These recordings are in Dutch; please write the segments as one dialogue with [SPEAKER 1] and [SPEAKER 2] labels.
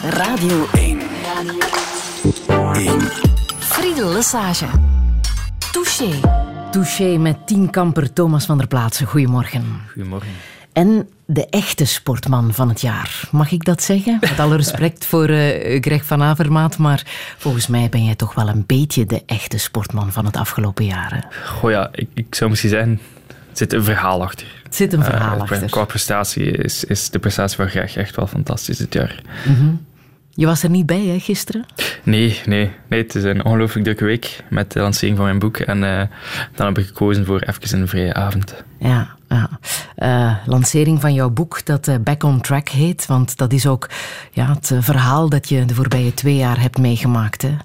[SPEAKER 1] Radio 1. Friedel Lesage. Touché.
[SPEAKER 2] Touché met tienkamper Thomas van der Plaatsen. Goedemorgen.
[SPEAKER 3] Goedemorgen.
[SPEAKER 2] En de echte sportman van het jaar. Mag ik dat zeggen? Met alle respect voor Greg van Avermaat, maar volgens mij ben jij toch wel een beetje de echte sportman van het afgelopen jaar.
[SPEAKER 3] Goh ja, ik zou misschien zeggen, er zit een verhaal achter.
[SPEAKER 2] Het zit een verhaal achter.
[SPEAKER 3] Qua prestatie is de prestatie van Greg echt wel fantastisch dit jaar.
[SPEAKER 2] Mm-hmm. Je was er niet bij, hè, gisteren?
[SPEAKER 3] Nee. Het is een ongelooflijk drukke week met de lancering van mijn boek. En dan heb ik gekozen voor even een vrije avond.
[SPEAKER 2] Ja. Lancering van jouw boek dat Back on Track heet. Want dat is ook het verhaal dat je de voorbije 2 jaar hebt meegemaakt. Hè?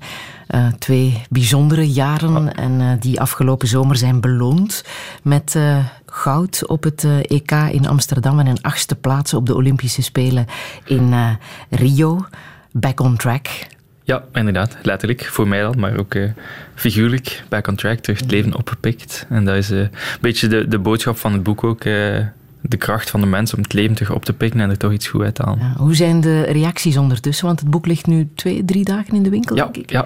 [SPEAKER 2] 2 bijzondere jaren en die afgelopen zomer zijn beloond met goud op het EK in Amsterdam en een 8e plaats op de Olympische Spelen in Rio. Back on track.
[SPEAKER 3] Ja, inderdaad. Letterlijk. Voor mij dan, maar ook figuurlijk. Back on track. Terug het leven opgepikt. En dat is een beetje de boodschap van het boek ook. De kracht van de mens om het leven terug op te pikken en er toch iets goed uit te halen.
[SPEAKER 2] Ja, hoe zijn de reacties ondertussen? Want het boek ligt nu 2-3 dagen in de winkel, denk ik.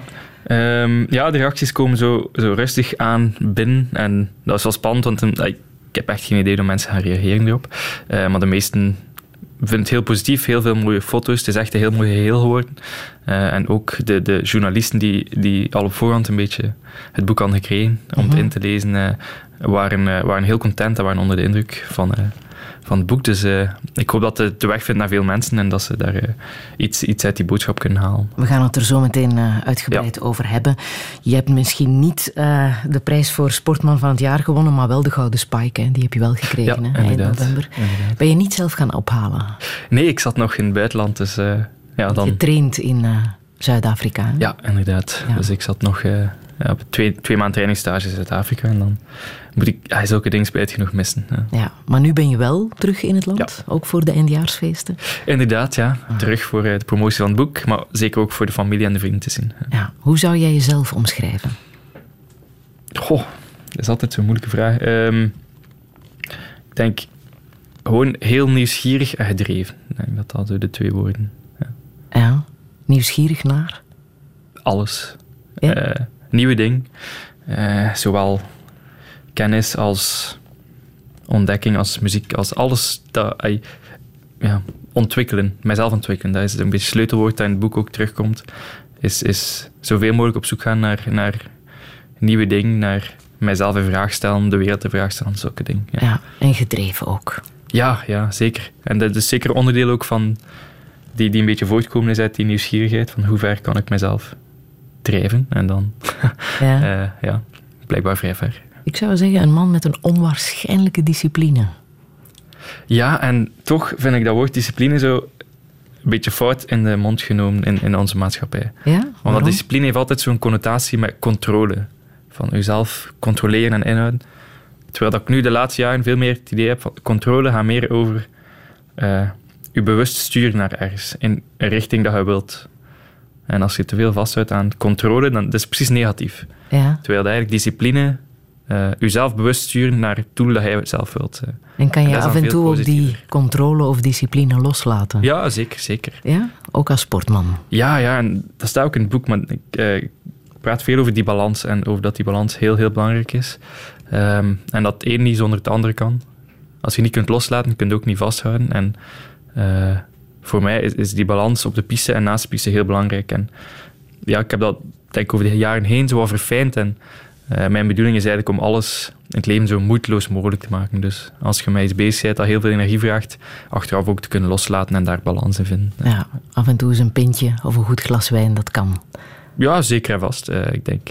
[SPEAKER 3] Ja, de reacties komen zo rustig aan binnen. En dat is wel spannend, want ik heb echt geen idee hoe mensen gaan reageren erop. Maar de meesten vinden het heel positief. Heel veel mooie foto's. Het is echt een heel mooi geheel geworden. En ook de journalisten die al op voorhand een beetje het boek hadden gekregen om het in te lezen, waren heel content en waren onder de indruk van het boek. Dus ik hoop dat het de weg vindt naar veel mensen en dat ze daar iets uit die boodschap kunnen halen.
[SPEAKER 2] We gaan het er zo meteen uitgebreid over hebben. Je hebt misschien niet de prijs voor Sportman van het jaar gewonnen, maar wel de Gouden Spike. Hè? Die heb je wel gekregen, eind november. Inderdaad. Ben je niet zelf gaan ophalen?
[SPEAKER 3] Nee, ik zat nog in het buitenland. Dus, dan...
[SPEAKER 2] Je traint in Zuid-Afrika. Hè?
[SPEAKER 3] Ja, inderdaad. Ja. Dus ik zat nog op 2 maanden trainingsstage in Zuid-Afrika en dan moet ik zulke dingen spijt genoeg missen.
[SPEAKER 2] Ja, maar nu ben je wel terug in het land, ook voor de eindjaarsfeesten?
[SPEAKER 3] Inderdaad, ja. Terug voor de promotie van het boek, maar zeker ook voor de familie en de vrienden te zien.
[SPEAKER 2] Ja. Hoe zou jij jezelf omschrijven?
[SPEAKER 3] Goh, dat is altijd zo'n moeilijke vraag. Ik denk gewoon heel nieuwsgierig en gedreven. Ik denk dat zo de 2 woorden.
[SPEAKER 2] Ja, nieuwsgierig naar?
[SPEAKER 3] Alles.
[SPEAKER 2] Ja?
[SPEAKER 3] Nieuwe dingen. Zowel kennis als ontdekking, als muziek, als alles dat ontwikkelen, mijzelf ontwikkelen. Dat is een beetje het sleutelwoord dat in het boek ook terugkomt. Is zoveel mogelijk op zoek gaan naar nieuwe dingen, naar mijzelf in vraag stellen, de wereld in vraag stellen, zulke dingen.
[SPEAKER 2] Ja, en gedreven ook.
[SPEAKER 3] Ja, zeker. En dat is zeker onderdeel ook van die een beetje voortkomen is uit die nieuwsgierigheid, van hoe ver kan ik mezelf drijven en dan blijkbaar vrij ver.
[SPEAKER 2] Ik zou zeggen, een man met een onwaarschijnlijke discipline.
[SPEAKER 3] Ja, en toch vind ik dat woord discipline zo een beetje fout in de mond genomen in onze maatschappij.
[SPEAKER 2] Ja?
[SPEAKER 3] Want discipline heeft altijd zo'n connotatie met controle. Van jezelf controleren en inhouden. Terwijl dat ik nu de laatste jaren veel meer het idee heb van controle gaat meer over je bewust sturen naar ergens, in een richting dat je wilt. En als je te veel vasthoudt aan controle, dan is het precies negatief.
[SPEAKER 2] Ja.
[SPEAKER 3] Terwijl eigenlijk discipline, jezelf bewust sturen naar het doel dat jij zelf wilt.
[SPEAKER 2] En kan je af en toe ook die controle of discipline loslaten?
[SPEAKER 3] Ja, zeker.
[SPEAKER 2] Ja? Ook als sportman?
[SPEAKER 3] Ja, en dat staat ook in het boek, maar ik praat veel over die balans en over dat die balans heel, heel belangrijk is. En dat het een niet zonder het andere kan. Als je niet kunt loslaten, kun je ook niet vasthouden. En voor mij is die balans op de piste en naast de piste heel belangrijk. En ja, ik heb dat denk ik over de jaren heen zo wat verfijnd. En mijn bedoeling is eigenlijk om alles in het leven zo moeiteloos mogelijk te maken. Dus als je met iets bezig bent dat heel veel energie vraagt, achteraf ook te kunnen loslaten en daar balans in vinden.
[SPEAKER 2] Ja, af en toe eens een pintje of een goed glas wijn, dat kan.
[SPEAKER 3] Ja, zeker en vast. Ik denk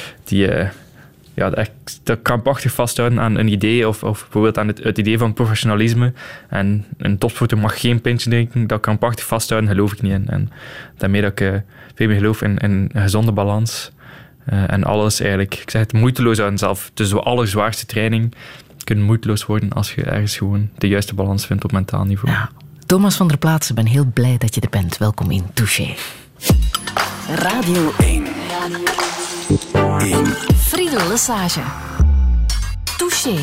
[SPEAKER 3] dat krampachtig vasthouden aan een idee of bijvoorbeeld aan het idee van professionalisme. En een topsporter mag geen pintje drinken. Dat krampachtig vasthouden geloof ik niet in. En daarmee dat ik veel meer geloof in een gezonde balans. En alles eigenlijk, ik zeg het, moeiteloos aan zelf. Dus de allerzwaarste training kan moeiteloos worden als je ergens gewoon de juiste balans vindt op mentaal niveau.
[SPEAKER 2] Ja. Thomas van der Plaatsen, ben heel blij dat je er bent. Welkom in Touché.
[SPEAKER 1] Radio 1. Friedel Lesage. Touché.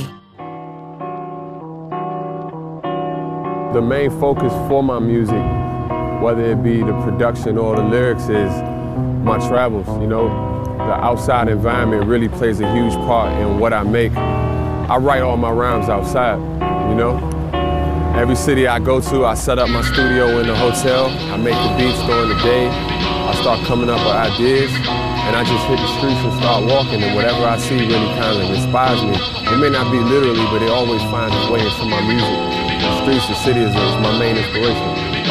[SPEAKER 4] The main focus for my music whether it be the production or the lyrics, is my travels. You know, the outside environment really plays a huge part in what I make. I write all my rhymes outside, you know. Every city I go to, I set up my studio in the hotel. I make the beats during the day. I start coming up with ideas, and I just hit the streets and start walking, and whatever I see really kind of inspires me. It may not be literally, but it always finds its way into my music. The streets, the city is my main inspiration.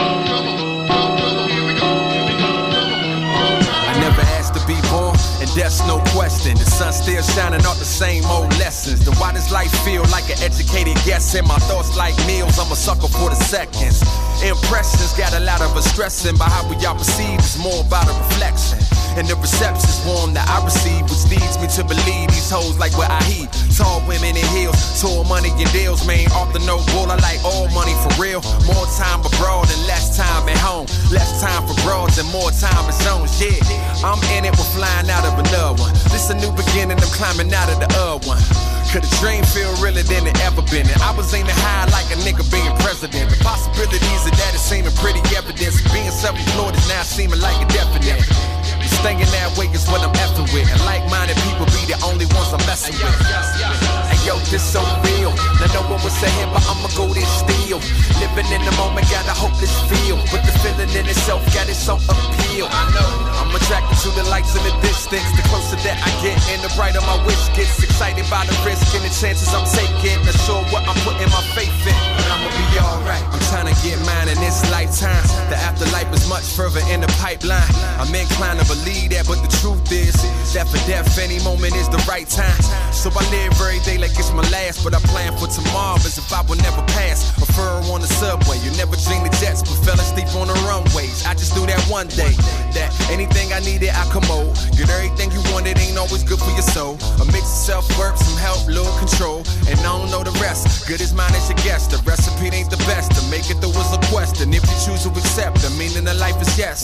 [SPEAKER 5] I never asked to be born, and that's no question. The sun's still shining out the same old lessons. Then why does life feel like an educated guess? And my thoughts like meals, I'm a sucker for the seconds. Impressions got a lot of us stressing, but how we all perceive is more about a reflection. And the reception's warm that I receive, which leads me to believe these hoes like what I heat. Tall women in heels, tall money and deals, man. Off the no bull, I like all money for real. More time abroad and less time at home. Less time for broads and more time in zones, yeah. I'm in it, we're flying out of another one. This a new beginning, I'm climbing out of the other one. Could a dream feel realer than it ever been? And I was aiming high like a nigga being president. The possibilities of that is seeming pretty evident. Being self-employed is now seeming like a definite. Staying that way is what I'm effing with. And like-minded people be the only ones I'm messing with. Hey yo, this so real. Now no one was saying, but I'ma go this still. Living in the moment, got a hopeless feel. But the feeling in itself got its own appeal. I know I'm attracted to the lights in the distance. The closer that I get and the brighter my wish gets. Excited by the risk and the chances I'm taking. Not sure what I'm putting my faith in, but I'ma be alright. I'm trying to get mine in this lifetime. The afterlife is much further in the pipeline. I'm inclined to believe that, but the truth is that for death any moment is the right time. So I live every day like it's my last, but I plan for tomorrow as if I would never pass. A furrow on the subway, you never dream the jets, but fell asleep on the runways. I just knew that one day, that anything I needed I commode. Get everything you wanted ain't always good for your soul. A mix of self-work, some help, little control, and I don't know the rest. Good as mine as your guess, the recipe ain't the best. To make it there was a question, if you choose to accept, the meaning of life is yes.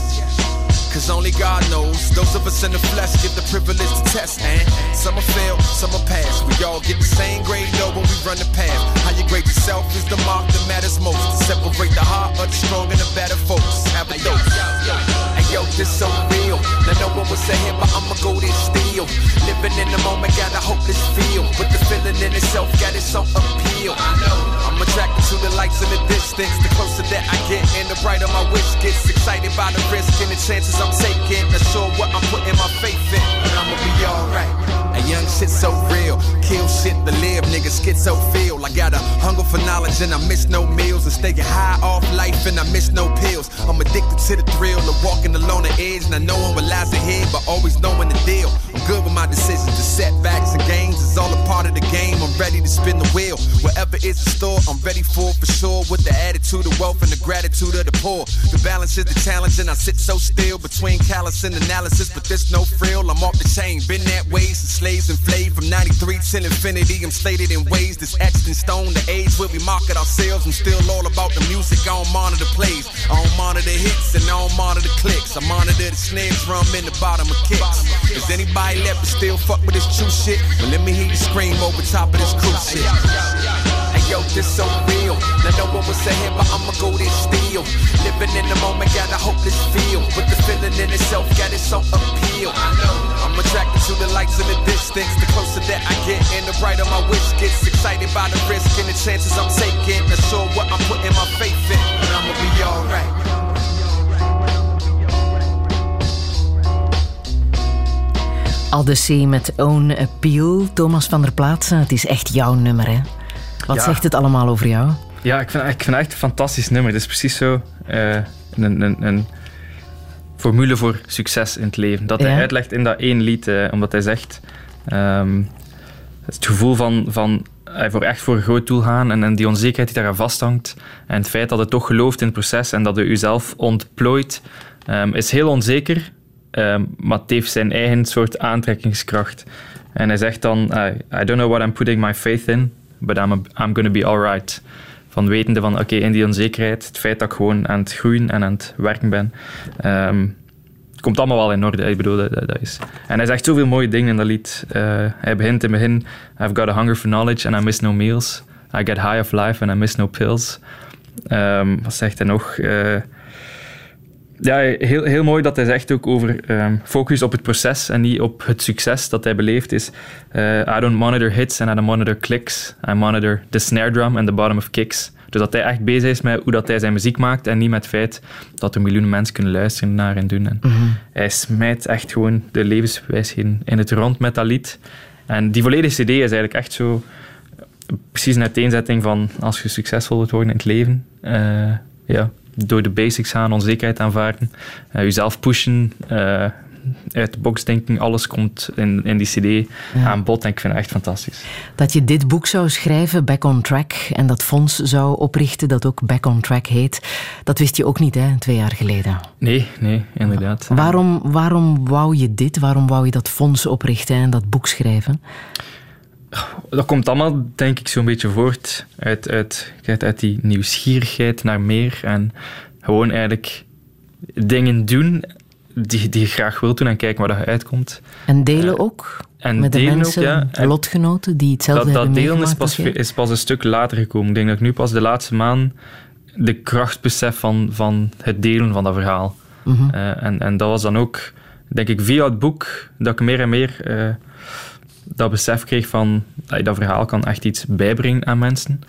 [SPEAKER 5] Cause only God knows. Those of us in the flesh get the privilege to test, and some will fail, some will pass. We all get the same grade though when we run the path. How you grade yourself is the mark that matters most. To separate the heart of the strong and the better folks. Have a dose. Hey yo, this so real. Now no one was saying, but I'ma go this still. Living in the moment, got a hopeless feel. But the feeling in itself got its own appeal. I know I'm attracted to the lights in the distance. The closer that I get and the brighter my wish gets. Excited by the risk and the chances I'm taking. Not sure what I'm putting my faith in, but I'ma be alright. A young shit so real, kill shit to live, niggas schizo feel. I got a hunger for knowledge and I miss no meals. And staying high off life and I miss no pills. I'm addicted to the thrill of walking along the edge. And I know what lies ahead, but always knowing the deal. I'm good with my decisions, the setbacks and gains is all a part of the game. I'm ready to spin the wheel, wherever is in store, I'm ready for sure. With the attitude of wealth and the gratitude of the poor. The balance is the challenge and I sit so still between callous and analysis, but there's no frill. I'm off the chain, been that way since slaves enslaved. From 93 till infinity, I'm slated in ways that's etched in stone. The age where we market ourselves. I'm still all about the music, I don't monitor plays, I don't monitor hits and I don't monitor clicks. I monitor the snare drum in the bottom of kicks. Is anybody left to still fuck with this true shit? Well, let me hear you scream over top of this crew shit. Hey yo, this so real. Now no one was saying, but I'ma go this still. Living in the moment, got a hopeless feel. But the feeling in itself got its own appeal. I know I'm attracted to the lights in the distance. The closer that I get and the brighter my wish gets. Excited by the risk and the chances I'm taking. Not sure what I'm putting my faith in, but I'ma be alright.
[SPEAKER 2] Odyssey met Own Appeal. Thomas van der Plaatsen, het is echt jouw nummer, hè? Wat zegt het allemaal over jou?
[SPEAKER 3] Ja, ik vind het echt een fantastisch nummer. Het is precies zo een formule voor succes in het leven. Dat hij uitlegt in dat één lied, omdat hij zegt... het gevoel van voor een groot doel gaan en die onzekerheid die daaraan vasthangt. En het feit dat je toch gelooft in het proces en dat je jezelf ontplooit, is heel onzeker... maar het heeft zijn eigen soort aantrekkingskracht. En hij zegt dan... I don't know what I'm putting my faith in, but I'm gonna be alright. Van wetende van, oké, in die onzekerheid, het feit dat ik gewoon aan het groeien en aan het werken ben, het komt allemaal wel in orde. Ik bedoel, dat is... En hij zegt zoveel mooie dingen in dat lied. Hij begint in het begin... I've got a hunger for knowledge and I miss no meals. I get high of life and I miss no pills. Wat zegt hij nog? Ja, heel, heel mooi dat hij zegt ook over focus op het proces en niet op het succes dat hij beleeft. Is I don't monitor hits and I don't monitor clicks. I monitor the snare drum and the bottom of kicks. Dus dat hij echt bezig is met hoe dat hij zijn muziek maakt en niet met het feit dat er miljoenen mensen kunnen luisteren naar en doen. En hij smijt echt gewoon de levenswijsheden in het rond met dat lied. En die volledige cd is eigenlijk echt zo precies een uiteenzetting van als je succesvol wilt worden in het leven. Door de basics gaan, onzekerheid aanvaarden, jezelf pushen, uit de box denken, alles komt in die cd aan bod en ik vind het echt fantastisch.
[SPEAKER 2] Dat je dit boek zou schrijven, Back on Track, en dat fonds zou oprichten dat ook Back on Track heet, dat wist je ook niet, hè, 2 jaar geleden?
[SPEAKER 3] Nee, inderdaad.
[SPEAKER 2] Waarom wou je dit? Waarom wou je dat fonds oprichten en dat boek schrijven?
[SPEAKER 3] Dat komt allemaal, denk ik, zo'n beetje voort uit die nieuwsgierigheid naar meer en gewoon eigenlijk dingen doen die je graag wilt doen en kijken waar dat uitkomt.
[SPEAKER 2] En delen ook?
[SPEAKER 3] En
[SPEAKER 2] met de
[SPEAKER 3] delen
[SPEAKER 2] mensen,
[SPEAKER 3] ook,
[SPEAKER 2] lotgenoten die hetzelfde hebben meegemaakt?
[SPEAKER 3] Dat delen is pas een stuk later gekomen. Ik denk dat ik nu pas de laatste maand de kracht besef van het delen van dat verhaal. En dat was dan ook, denk ik, via het boek dat ik meer en meer dat besef kreeg van dat verhaal kan echt iets bijbrengen aan mensen.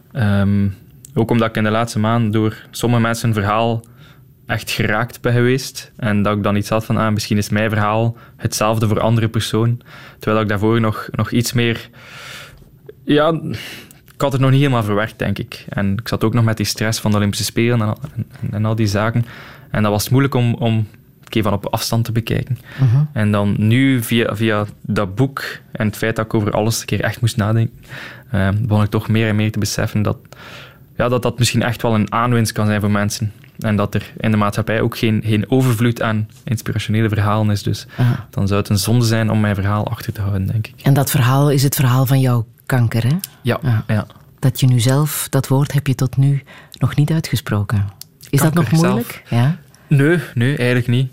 [SPEAKER 3] Ook omdat ik in de laatste maand door sommige mensen een verhaal echt geraakt ben geweest. En dat ik dan iets had van, misschien is mijn verhaal hetzelfde voor andere personen. Terwijl ik daarvoor nog iets meer... Ja, ik had het nog niet helemaal verwerkt, denk ik. En ik zat ook nog met die stress van de Olympische Spelen en al die zaken. En dat was moeilijk om van op afstand te bekijken. En dan nu, via dat boek en het feit dat ik over alles een keer echt moest nadenken, begon ik toch meer en meer te beseffen dat misschien echt wel een aanwinst kan zijn voor mensen. En dat er in de maatschappij ook geen overvloed aan inspirationele verhalen is. Dus dan zou het een zonde zijn om mijn verhaal achter te houden, denk ik.
[SPEAKER 2] En dat verhaal is het verhaal van jouw kanker, hè?
[SPEAKER 3] Ja.
[SPEAKER 2] Dat je nu zelf, dat woord heb je tot nu nog niet uitgesproken. Is kanker dat nog moeilijk? Ja?
[SPEAKER 3] Nee, eigenlijk niet.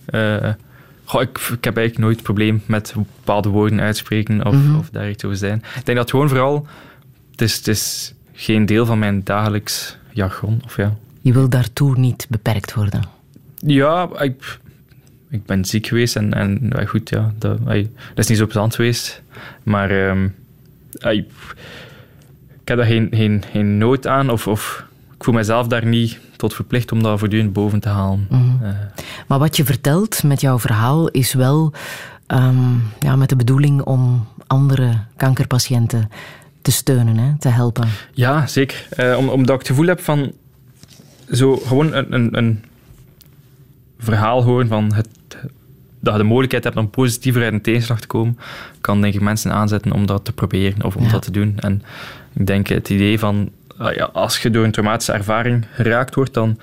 [SPEAKER 3] Ik heb eigenlijk nooit het probleem met bepaalde woorden uitspreken of daar iets over zijn. Ik denk dat gewoon vooral... Het is geen deel van mijn dagelijks jargon.
[SPEAKER 2] Je wil daartoe niet beperkt worden? Ja,
[SPEAKER 3] ik ben ziek geweest en goed, ja, dat is niet zo plezant geweest. Maar ik heb daar geen nood aan of ik voel mezelf daar niet tot verplicht om dat voortdurend boven te halen.
[SPEAKER 2] Maar wat je vertelt met jouw verhaal is wel met de bedoeling om andere kankerpatiënten te steunen, hè, te helpen.
[SPEAKER 3] Ja, zeker. Omdat ik het gevoel heb van zo gewoon een verhaal horen van dat je de mogelijkheid hebt om positiever uit een tegenslag te komen, kan denk ik mensen aanzetten om dat te proberen of om dat te doen. En ik denk het idee van als je door een traumatische ervaring geraakt wordt, dan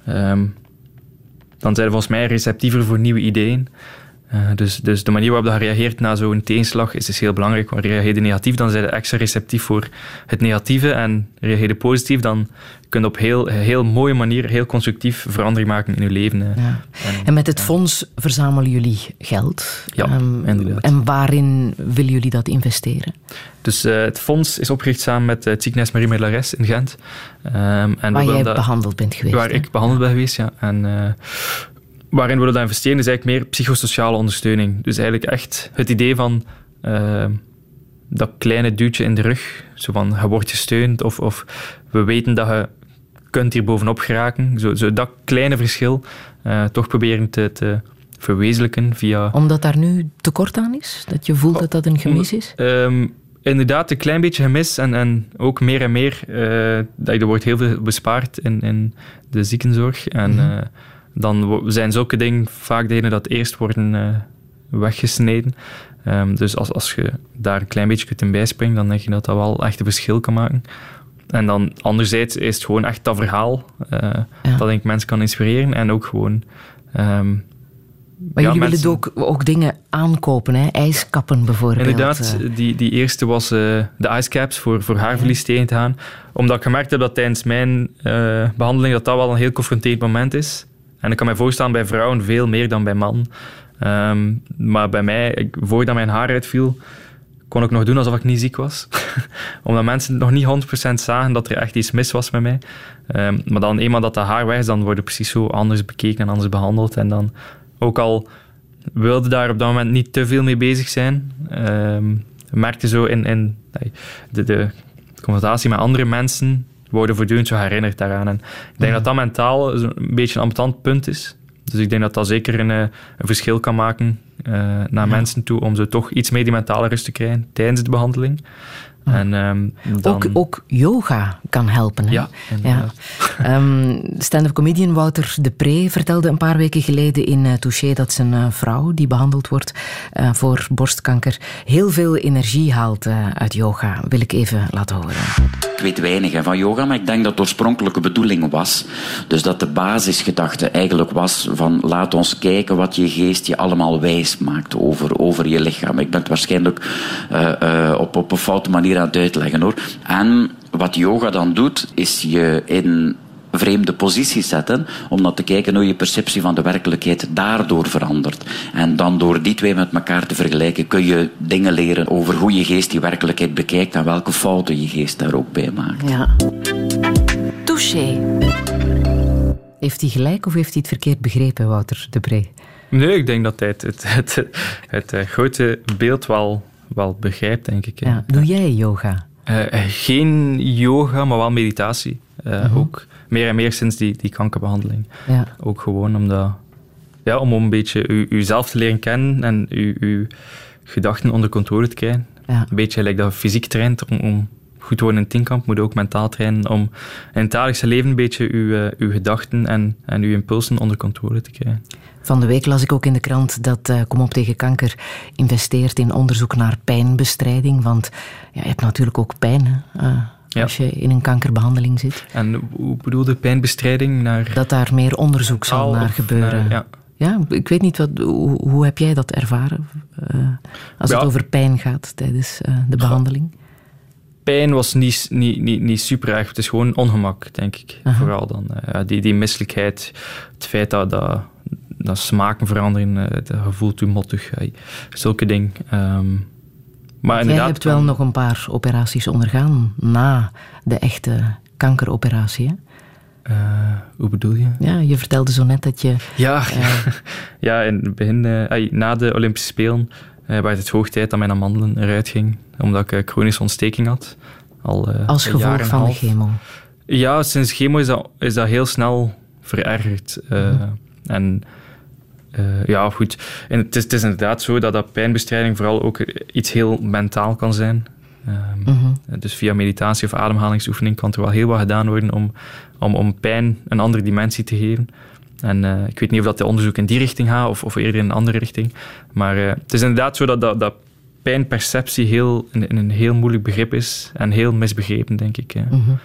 [SPEAKER 3] zijn je volgens mij receptiever voor nieuwe ideeën. Dus de manier waarop je reageert na zo'n tegenslag is heel belangrijk. Want reageer je negatief, dan zijn je extra receptief voor het negatieve. En reageer je positief, dan kun je op heel mooie manier, heel constructief verandering maken in je leven.
[SPEAKER 2] Ja. En met het fonds verzamelen jullie geld.
[SPEAKER 3] Ja, inderdaad.
[SPEAKER 2] En waarin willen jullie dat investeren?
[SPEAKER 3] Dus het fonds is opgericht samen met het ziekenhuis Marie Mellarès in Gent.
[SPEAKER 2] Waar jij behandeld bent geweest.
[SPEAKER 3] Waar ik behandeld ben geweest, ja. En waarin we dat investeren is eigenlijk meer psychosociale ondersteuning. Dus eigenlijk echt het idee van dat kleine duwtje in de rug. Zo van, je wordt gesteund of we weten dat je kunt hier bovenop geraken. Zo dat kleine verschil toch proberen te verwezenlijken via...
[SPEAKER 2] Omdat daar nu tekort aan is? Dat je voelt dat dat een gemis is?
[SPEAKER 3] Inderdaad, een klein beetje gemis en ook meer en meer. Er wordt heel veel bespaard in de ziekenzorg. En dan zijn zulke dingen vaak degene dat eerst worden weggesneden. Dus als je daar een klein beetje kunt in bijspringen, dan denk je dat dat wel echt een verschil kan maken. En dan anderzijds is het gewoon echt dat verhaal dat denk ik mensen kan inspireren. En ook gewoon...
[SPEAKER 2] maar jullie willen ook dingen aankopen, hè? IJskappen bijvoorbeeld.
[SPEAKER 3] Inderdaad, die eerste was de icecaps voor haarverlies tegen te gaan. Omdat ik gemerkt heb dat tijdens mijn behandeling dat wel een heel confronterend moment is. En ik kan me voorstellen bij vrouwen veel meer dan bij mannen. Maar bij mij, voordat mijn haar uitviel, kon ik nog doen alsof ik niet ziek was. Omdat mensen nog niet 100% zagen dat er echt iets mis was met mij. Maar dan eenmaal dat haar weg is, dan word je precies zo anders bekeken en anders behandeld. En dan, ook al wilde daar op dat moment niet te veel mee bezig zijn, merkte zo in de confrontatie met andere mensen, worden voortdurend zo herinnerd daaraan. En ik denk dat dat mentaal een beetje een ambetant punt is. Dus ik denk dat dat zeker een verschil kan maken naar mensen toe, om zo toch iets meer die mentale rust te krijgen tijdens de behandeling. En, dan...
[SPEAKER 2] ook yoga kan helpen. Hè?
[SPEAKER 3] Ja, inderdaad.
[SPEAKER 2] Stand-up comedian Wouter de Pre vertelde een paar weken geleden in Touché dat zijn vrouw, die behandeld wordt voor borstkanker, heel veel energie haalt uit yoga. Wil ik even laten horen.
[SPEAKER 6] Ik weet weinig van yoga, maar ik denk dat de oorspronkelijke bedoeling was. Dus dat de basisgedachte eigenlijk was van laat ons kijken wat je geest je allemaal wijs maakt over je lichaam. Ik ben het waarschijnlijk op een foute manier aan het uitleggen, hoor. En wat yoga dan doet, is je in vreemde posities zetten, om dan te kijken hoe je perceptie van de werkelijkheid daardoor verandert. En dan door die twee met elkaar te vergelijken, kun je dingen leren over hoe je geest die werkelijkheid bekijkt en welke fouten je geest daar ook bij maakt.
[SPEAKER 2] Ja. Touché. Heeft hij gelijk of heeft hij het verkeerd begrepen, Wouter de Pre?
[SPEAKER 3] Nee, ik denk dat hij het grote beeld wel begrijpt, denk ik.
[SPEAKER 2] Ja. Doe jij yoga?
[SPEAKER 3] Geen yoga, maar wel meditatie. Ook meer en meer sinds die kankerbehandeling. Ja. Ook gewoon om een beetje uzelf te leren kennen en uw gedachten onder controle te krijgen. Ja. Een beetje gelijk dat je fysiek traint om goed te worden in tienkamp, moet je ook mentaal trainen om in het dagelijkse leven een beetje uw gedachten en uw impulsen onder controle te krijgen.
[SPEAKER 2] Van de week las ik ook in de krant dat Kom op tegen kanker investeert in onderzoek naar pijnbestrijding. Want je hebt natuurlijk ook pijn als je in een kankerbehandeling zit.
[SPEAKER 3] En hoe bedoelde pijnbestrijding?
[SPEAKER 2] Dat daar meer onderzoek zal naar gebeuren. Ja, ik weet niet, hoe heb jij dat ervaren? Als het over pijn gaat tijdens de behandeling?
[SPEAKER 3] Pijn was niet super erg. Het is gewoon ongemak, denk ik. Vooral dan. Die misselijkheid, het feit dat smaken veranderen, dat voelt u mottig. Zulke dingen. Maar
[SPEAKER 2] jij hebt wel nog een paar operaties ondergaan na de echte kankeroperatie, hè?
[SPEAKER 3] Hoe bedoel je?
[SPEAKER 2] Ja, je vertelde zo net dat je...
[SPEAKER 3] Ja, in het begin, na de Olympische Spelen, werd het hoog tijd dat mijn amandelen eruit ging, omdat ik chronische ontsteking had.
[SPEAKER 2] Als gevolg van de chemo?
[SPEAKER 3] Ja, sinds chemo is dat heel snel verergerd. En goed. En het is inderdaad zo dat pijnbestrijding vooral ook iets heel mentaal kan zijn. Dus via meditatie of ademhalingsoefening kan er wel heel wat gedaan worden om pijn een andere dimensie te geven. En ik weet niet of dat de onderzoek in die richting gaat of eerder in een andere richting. Maar het is inderdaad zo dat pijnperceptie een heel moeilijk begrip is en heel misbegrepen, denk ik.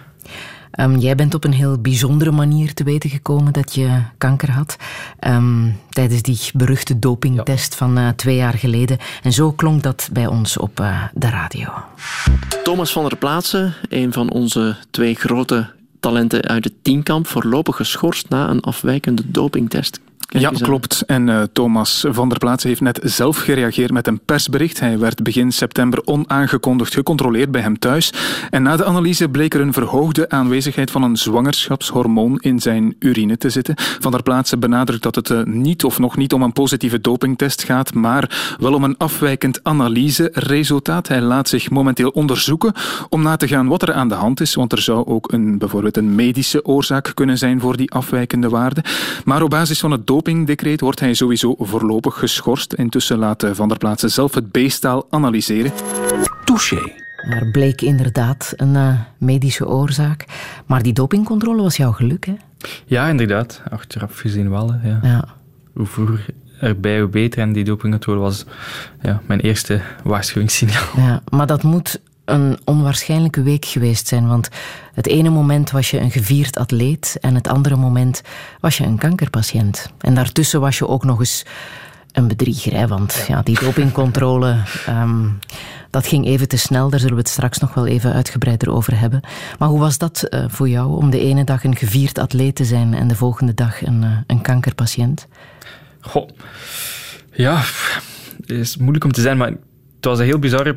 [SPEAKER 2] Jij bent op een heel bijzondere manier te weten gekomen dat je kanker had. Tijdens die beruchte dopingtest van 2 jaar geleden. En zo klonk dat bij ons op de radio.
[SPEAKER 7] Thomas van der Plaatse, een van onze 2 grote talenten uit het tienkamp, voorlopig geschorst na een afwijkende dopingtest.
[SPEAKER 8] Ja, klopt. En Thomas van der Plaatse heeft net zelf gereageerd met een persbericht. Hij werd begin september onaangekondigd gecontroleerd bij hem thuis. En na de analyse bleek er een verhoogde aanwezigheid van een zwangerschapshormoon in zijn urine te zitten. Van der Plaatse benadrukt dat het niet of nog niet om een positieve dopingtest gaat, maar wel om een afwijkend analyseresultaat. Hij laat zich momenteel onderzoeken om na te gaan wat er aan de hand is, want er zou ook bijvoorbeeld een medische oorzaak kunnen zijn voor die afwijkende waarde. Maar op basis van het dopingdecreet wordt hij sowieso voorlopig geschorst. Intussen laat Van der Plaatse zelf het B-staal analyseren.
[SPEAKER 1] Touché.
[SPEAKER 2] Er bleek inderdaad een medische oorzaak. Maar die dopingcontrole was jouw geluk, hè?
[SPEAKER 3] Ja, inderdaad. Achteraf gezien wel.
[SPEAKER 2] Ja.
[SPEAKER 3] Hoe vroeger erbij, hoe beter. En die dopingcontrole was mijn eerste waarschuwingssignaal.
[SPEAKER 2] Ja, maar dat moet een onwaarschijnlijke week geweest zijn, want het ene moment was je een gevierd atleet en het andere moment was je een kankerpatiënt. En daartussen was je ook nog eens een bedrieger, hè? Want die dopingcontrole, dat ging even te snel, daar zullen we het straks nog wel even uitgebreider over hebben. Maar hoe was dat voor jou, om de ene dag een gevierd atleet te zijn en de volgende dag een kankerpatiënt?
[SPEAKER 3] Goh, ja, het is moeilijk om te zeggen, maar het was een heel bizarre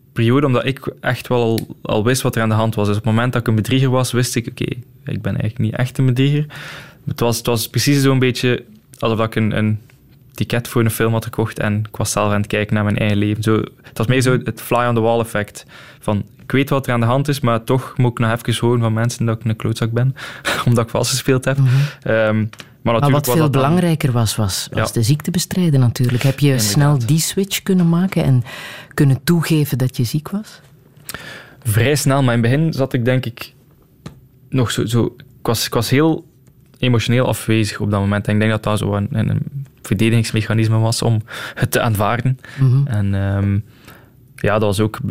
[SPEAKER 3] periode, omdat ik echt wel al wist wat er aan de hand was. Dus op het moment dat ik een bedrieger was, wist ik, oké, ik ben eigenlijk niet echt een bedrieger. Het was precies zo'n beetje alsof ik een ticket voor een film had gekocht en ik was zelf aan het kijken naar mijn eigen leven. Het was meer zo het fly-on-the-wall effect. Van, ik weet wat er aan de hand is, maar toch moet ik nog even horen van mensen dat ik een klootzak ben, omdat ik vastgespeeld heb.
[SPEAKER 2] Maar wat veel belangrijker was de ziekte bestrijden natuurlijk. Heb je
[SPEAKER 3] Inderdaad. Snel
[SPEAKER 2] die switch kunnen maken en kunnen toegeven dat je ziek was?
[SPEAKER 3] Vrij snel, maar in het begin zat ik denk ik nog zo ik was heel emotioneel afwezig op dat moment. En ik denk dat dat zo een verdedigingsmechanisme was om het te aanvaarden. En dat was ook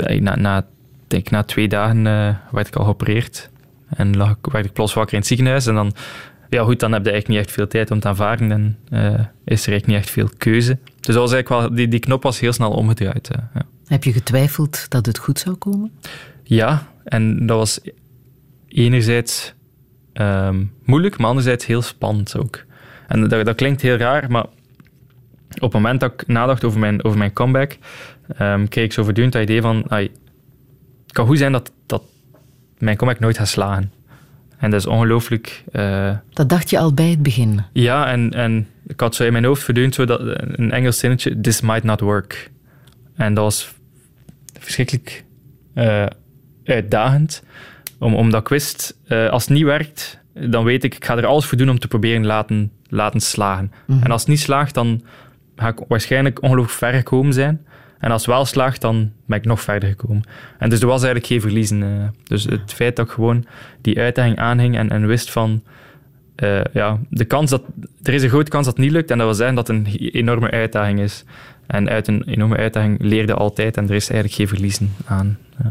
[SPEAKER 3] na 2 dagen werd ik al geopereerd en werd ik plots wakker in het ziekenhuis en dan heb je eigenlijk niet echt veel tijd om te aanvaarden en is er eigenlijk niet echt veel keuze. Dus dat was eigenlijk wel, die knop was heel snel omgedraaid. Ja.
[SPEAKER 2] Heb je getwijfeld dat het goed zou komen? Ja,
[SPEAKER 3] en dat was enerzijds moeilijk, maar anderzijds heel spannend ook. En dat klinkt heel raar, maar op het moment dat ik nadacht over mijn comeback, kreeg ik zo voortdurend het idee van, het kan goed zijn dat mijn comeback nooit gaat slagen. En dat is ongelooflijk.
[SPEAKER 2] Dat dacht je al bij het begin?
[SPEAKER 3] Ja, en ik had zo in mijn hoofd voortdurend zo een Engels zinnetje, this might not work. En dat was verschrikkelijk uitdagend, omdat ik wist, als het niet werkt, dan weet ik ga er alles voor doen om te proberen laten slagen. En als het niet slaagt, dan ga ik waarschijnlijk ongelooflijk ver gekomen zijn. En als het wel slaagt, dan ben ik nog verder gekomen. En dus er was eigenlijk geen verliezen. Dus het feit dat ik gewoon die uitdaging aanhing en wist van... de kans er is een grote kans dat het niet lukt en dat wil zeggen dat het een enorme uitdaging is. En uit een enorme uitdaging leerde altijd en er is eigenlijk geen verliezen aan. Ja.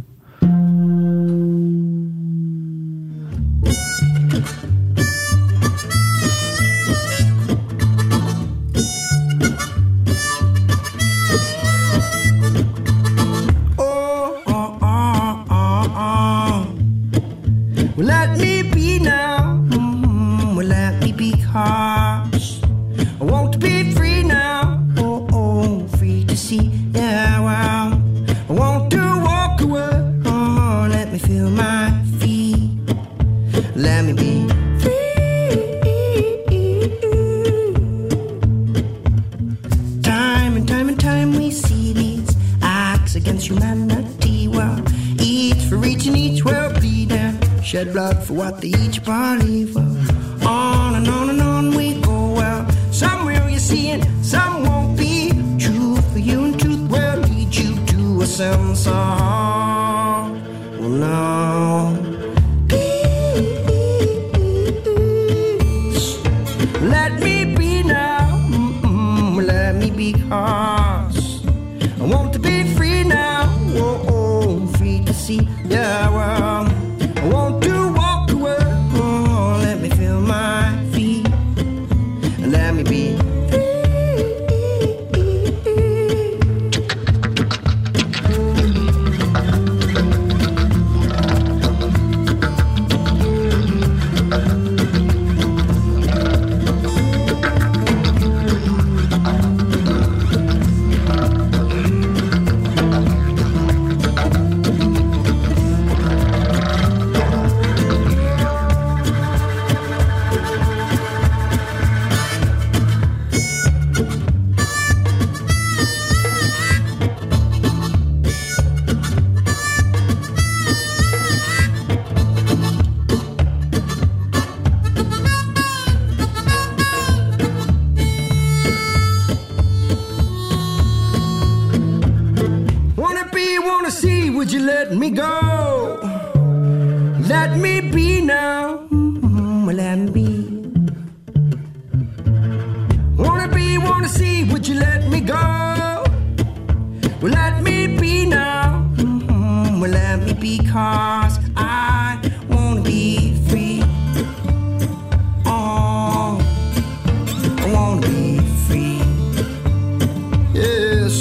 [SPEAKER 9] Let me be now, let me be cause I want to be free now, free to see, yeah, well, I want to walk away, let me feel my feet, let me be free. Time and time we see these acts against humanity, well, each for each and each will bleed and shed blood for what they each believe. Well, on and on we go. Well, some will you see and some won't be. Truth for you and truth will lead you to a sense of, well, no. Peace. Let me be now. Let me be cause I want to be free now. Free to see. Yeah, well, I want to walk away, let me feel my feet, and let me be free. Would you let me go? Let me be now. Let me be. Wanna see? Would you let me go? Well, let me be now. Well, let me be, cause I wanna be free. Oh, I wanna be free. Yeah,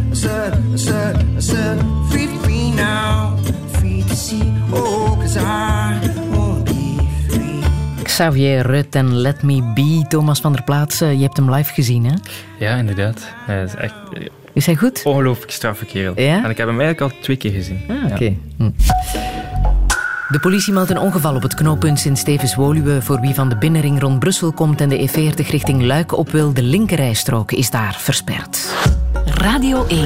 [SPEAKER 9] said, free now, free to see. Oh, cause I wanna be free.
[SPEAKER 2] Xavier Rutte en Let Me Be. Thomas van der Plaats, je hebt hem live gezien, hè?
[SPEAKER 3] Ja, inderdaad. Hij is echt...
[SPEAKER 2] Is hij goed?
[SPEAKER 3] Ongelooflijk straffe kerel.
[SPEAKER 2] Ja?
[SPEAKER 3] En ik heb hem eigenlijk al 2 keer gezien.
[SPEAKER 2] Oké. Ja. De politie meldt een ongeval op het knooppunt Sint-Stevens-Woluwe. Voor wie van de binnenring rond Brussel komt en de E40 richting Luik op wil, de linkerrijstrook is daar versperd.
[SPEAKER 1] Radio 1.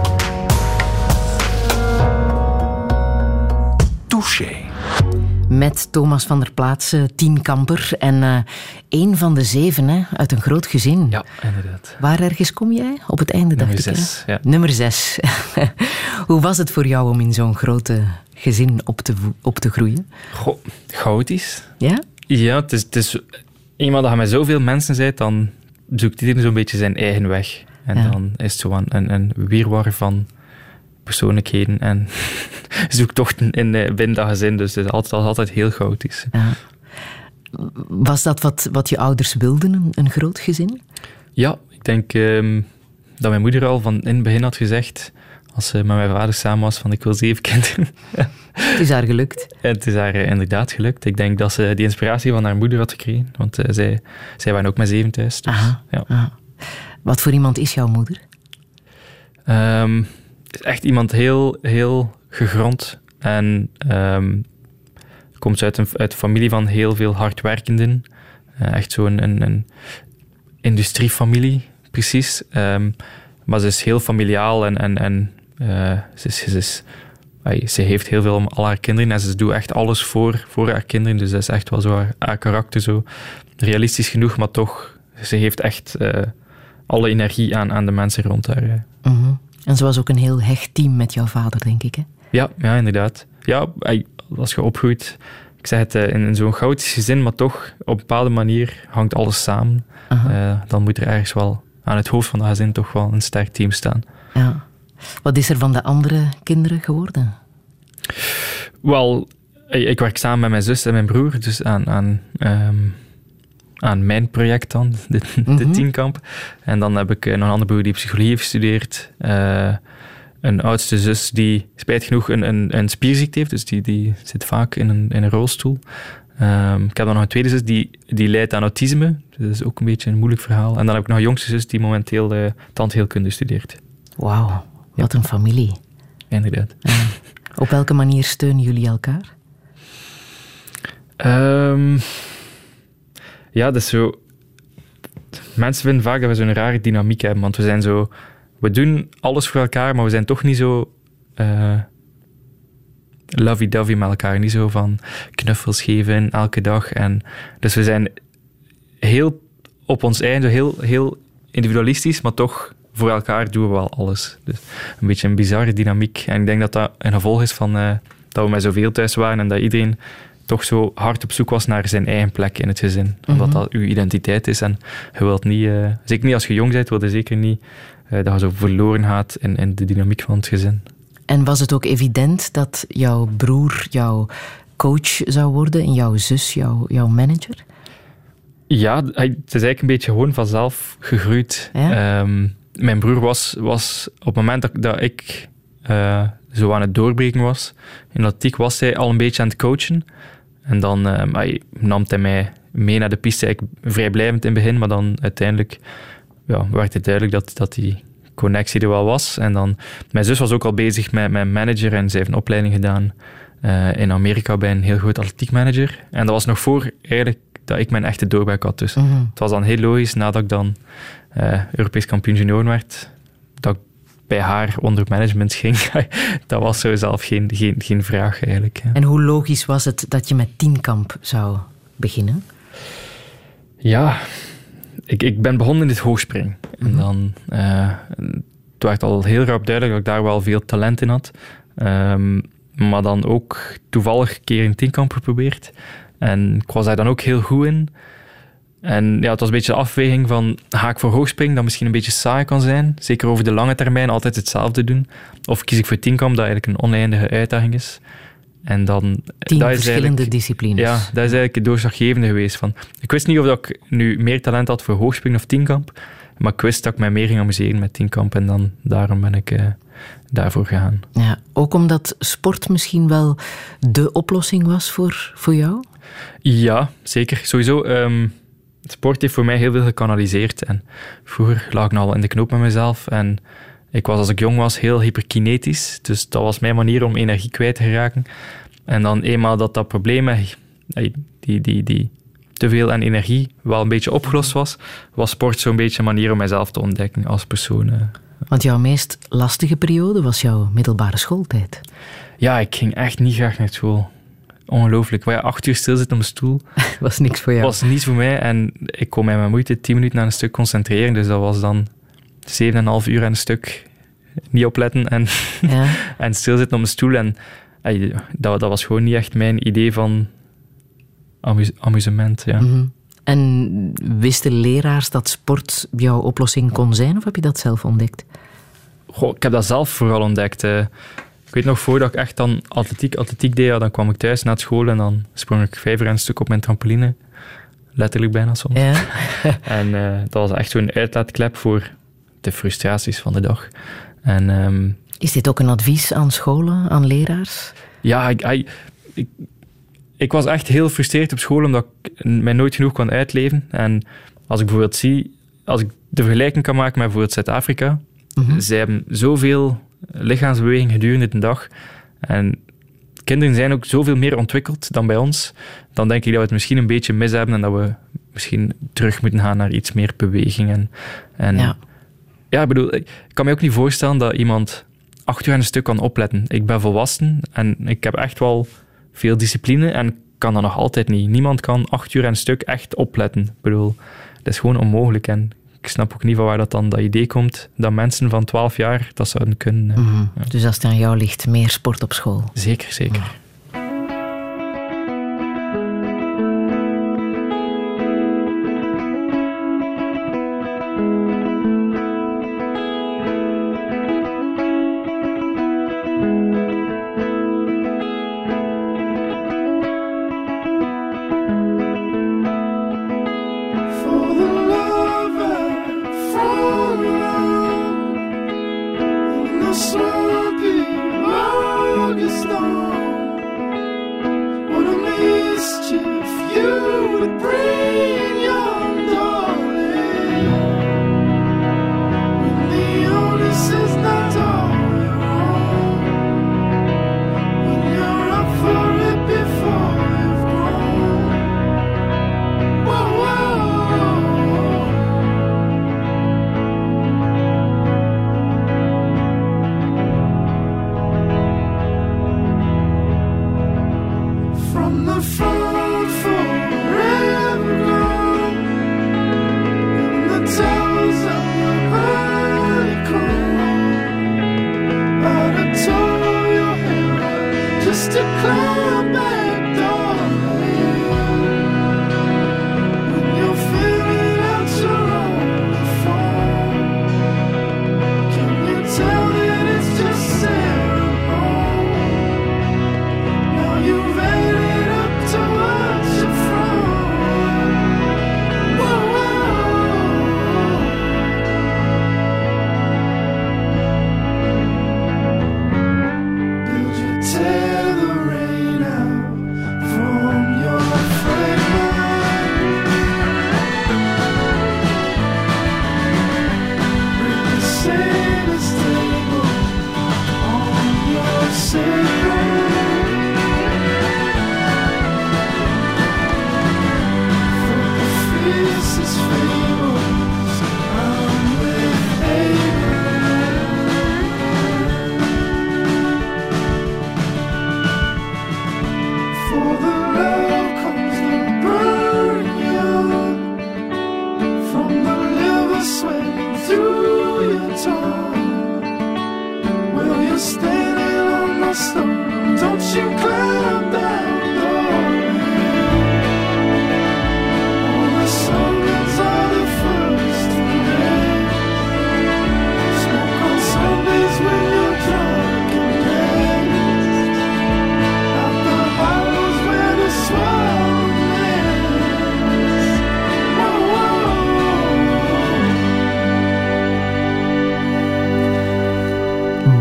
[SPEAKER 10] Touché.
[SPEAKER 2] Met Thomas van der Plaats, tienkamper. En 1 van de 7 hè, uit een groot gezin.
[SPEAKER 3] Ja, inderdaad.
[SPEAKER 2] Waar ergens kom jij? Op het einde, dacht ik.
[SPEAKER 3] Nummer 6. Ja.
[SPEAKER 2] Nummer 6. Hoe was het voor jou om in zo'n grote gezin op te groeien?
[SPEAKER 3] Goh, chaotisch.
[SPEAKER 2] Ja?
[SPEAKER 3] Ja, het is eenmaal dat je met zoveel mensen bent, dan zoekt iedereen zo'n beetje zijn eigen weg. En dan is het zo een wirwar van persoonlijkheden en zoektochten binnen dat gezin. Dus het is altijd heel chaotisch.
[SPEAKER 2] Ja. Was dat wat je ouders wilden, een groot gezin?
[SPEAKER 3] Ja, ik denk dat mijn moeder al van in het begin had gezegd, als ze met mijn vader samen was, van ik wil 7 kinderen.
[SPEAKER 2] Het is haar gelukt.
[SPEAKER 3] En het is haar inderdaad gelukt. Ik denk dat ze die inspiratie van haar moeder had gekregen, want zij waren ook met 7 thuis. Dus, ja.
[SPEAKER 2] Aha. Wat voor iemand is jouw moeder?
[SPEAKER 3] Het is echt iemand heel, heel gegrond en komt uit een familie van heel veel hardwerkenden. Echt zo'n een industriefamilie, precies. Maar ze is heel familiaal en ze heeft heel veel om al haar kinderen en ze doet echt alles voor haar kinderen. Dus dat is echt wel zo haar karakter, zo realistisch genoeg, maar toch, ze heeft echt alle energie aan de mensen rond haar.
[SPEAKER 2] Mm-hmm. En ze was ook een heel hecht team met jouw vader, denk ik, hè? Ja,
[SPEAKER 3] inderdaad. Ja, als je opgroeit, ik zeg het, in zo'n chaotisch gezin, maar toch op een bepaalde manier hangt alles samen. Dan moet er ergens wel aan het hoofd van dat gezin toch wel een sterk team staan.
[SPEAKER 2] Ja. Wat is er van de andere kinderen geworden?
[SPEAKER 3] Wel, ik werk samen met mijn zus en mijn broer, dus aan mijn project dan, de tienkamp. En dan heb ik nog een andere broer die psychologie heeft gestudeerd. Een oudste zus die spijtig genoeg een spierziekte heeft, dus die zit vaak in een rolstoel. Ik heb dan nog een tweede zus die lijdt aan autisme. Dus dat is ook een beetje een moeilijk verhaal. En dan heb ik nog een jongste zus die momenteel tandheelkunde studeert.
[SPEAKER 2] Wauw, wat een familie.
[SPEAKER 3] Inderdaad.
[SPEAKER 2] Op welke manier steunen jullie elkaar?
[SPEAKER 3] Ja, dat is zo... Mensen vinden vaak dat we zo'n rare dynamiek hebben, want we zijn zo... We doen alles voor elkaar, maar we zijn toch niet zo... lovey-dovey met elkaar. Niet zo van knuffels geven elke dag. En dus we zijn heel op ons eigen, heel, heel individualistisch, maar toch voor elkaar doen we wel alles. Dus een beetje een bizarre dynamiek. En ik denk dat dat een gevolg is van dat we met zoveel thuis waren en dat iedereen toch zo hard op zoek was naar zijn eigen plek in het gezin. Omdat dat uw identiteit is. En je wilt niet... zeker niet als je jong bent, wil je zeker niet dat je zo verloren gaat in de dynamiek van het gezin.
[SPEAKER 2] En was het ook evident dat jouw broer jouw coach zou worden en jouw zus jouw manager?
[SPEAKER 3] Ja, het is eigenlijk een beetje gewoon vanzelf gegroeid.
[SPEAKER 2] Ja?
[SPEAKER 3] Mijn broer was op het moment dat ik zo aan het doorbreken was in atletiek, was hij al een beetje aan het coachen. En dan nam hij mij mee naar de piste, eigenlijk vrijblijvend in het begin, maar dan uiteindelijk werd het duidelijk dat die connectie er wel was. En dan, mijn zus was ook al bezig met mijn manager en zij heeft een opleiding gedaan in Amerika bij een heel groot atletiekmanager. En dat was nog voor eigenlijk dat ik mijn echte doorbraak had. Dus het was dan heel logisch, nadat ik dan Europees kampioen junioren werd, dat ik bij haar onder management ging. Dat was zo zelf geen vraag eigenlijk. Ja.
[SPEAKER 2] En hoe logisch was het dat je met tienkamp zou beginnen?
[SPEAKER 3] Ja, ik ben begonnen in het hoogspringen. En dan het werd al heel rap duidelijk dat ik daar wel veel talent in had. Maar dan ook toevallig een keer in tienkamp geprobeerd. En ik was daar dan ook heel goed in. En ja, het was een beetje de afweging van, ga ik voor hoogspringen, dat misschien een beetje saai kan zijn. Zeker over de lange termijn, altijd hetzelfde doen. Of kies ik voor tienkamp, dat eigenlijk een oneindige uitdaging is. En dan,
[SPEAKER 2] 10 verschillende disciplines.
[SPEAKER 3] Ja, dat is eigenlijk het doorslaggevende geweest. Ik wist niet of ik nu meer talent had voor hoogspringen of tienkamp, maar ik wist dat ik mij meer ging amuseren met tienkamp en dan daarom ben ik daarvoor gegaan.
[SPEAKER 2] Ja, ook omdat sport misschien wel de oplossing was voor jou?
[SPEAKER 3] Ja, zeker. Sowieso, sport heeft voor mij heel veel gekanaliseerd. En vroeger lag ik al in de knoop met mezelf. En ik was, als ik jong was, heel hyperkinetisch. Dus dat was mijn manier om energie kwijt te geraken. En dan eenmaal dat probleem, die te veel aan energie, wel een beetje opgelost was sport zo'n beetje een manier om mijzelf te ontdekken als persoon.
[SPEAKER 2] Want jouw meest lastige periode was jouw middelbare schooltijd.
[SPEAKER 3] Ja, ik ging echt niet graag naar school. Ongelooflijk. Maar ja, 8 uur stilzitten op een stoel...
[SPEAKER 2] was niks voor jou.
[SPEAKER 3] Was niets voor mij. En ik kon mij met moeite 10 minuten aan een stuk concentreren. Dus dat was dan 7,5 uur aan een stuk niet opletten en, en stilzitten op een stoel. En dat was gewoon niet echt mijn idee van amusement. Ja.
[SPEAKER 2] Mm-hmm. En wisten leraars dat sport jouw oplossing kon zijn? Of heb je dat zelf ontdekt?
[SPEAKER 3] Goh, ik heb dat zelf vooral ontdekt. Ik weet nog, voordat ik echt dan atletiek deed, dan kwam ik thuis na school en dan sprong ik 5 uur aan een stuk op mijn trampoline. Letterlijk bijna soms.
[SPEAKER 2] Ja.
[SPEAKER 3] En dat was echt zo'n uitlaatklep voor de frustraties van de dag. En,
[SPEAKER 2] is dit ook een advies aan scholen, aan leraars?
[SPEAKER 3] Ja, ik was echt heel gefrustreerd op school omdat ik mij nooit genoeg kon uitleven. En als ik bijvoorbeeld als ik de vergelijking kan maken met bijvoorbeeld Zuid-Afrika, zij hebben zoveel lichaamsbeweging gedurende de dag. En kinderen zijn ook zoveel meer ontwikkeld dan bij ons. Dan denk ik dat we het misschien een beetje mis hebben en dat we misschien terug moeten gaan naar iets meer beweging. Ja, ik bedoel, ik kan me ook niet voorstellen dat iemand 8 uur aan een stuk kan opletten. Ik ben volwassen en ik heb echt wel veel discipline en kan dat nog altijd niet. Niemand kan 8 uur aan een stuk echt opletten. Ik bedoel, dat is gewoon onmogelijk. En ik snap ook niet van waar dat idee komt dat mensen van 12 jaar dat zouden kunnen.
[SPEAKER 2] Mm-hmm. Ja. Dus als het aan jou ligt, meer sport op school?
[SPEAKER 3] Zeker, zeker. Ja.
[SPEAKER 9] So deep, long is long.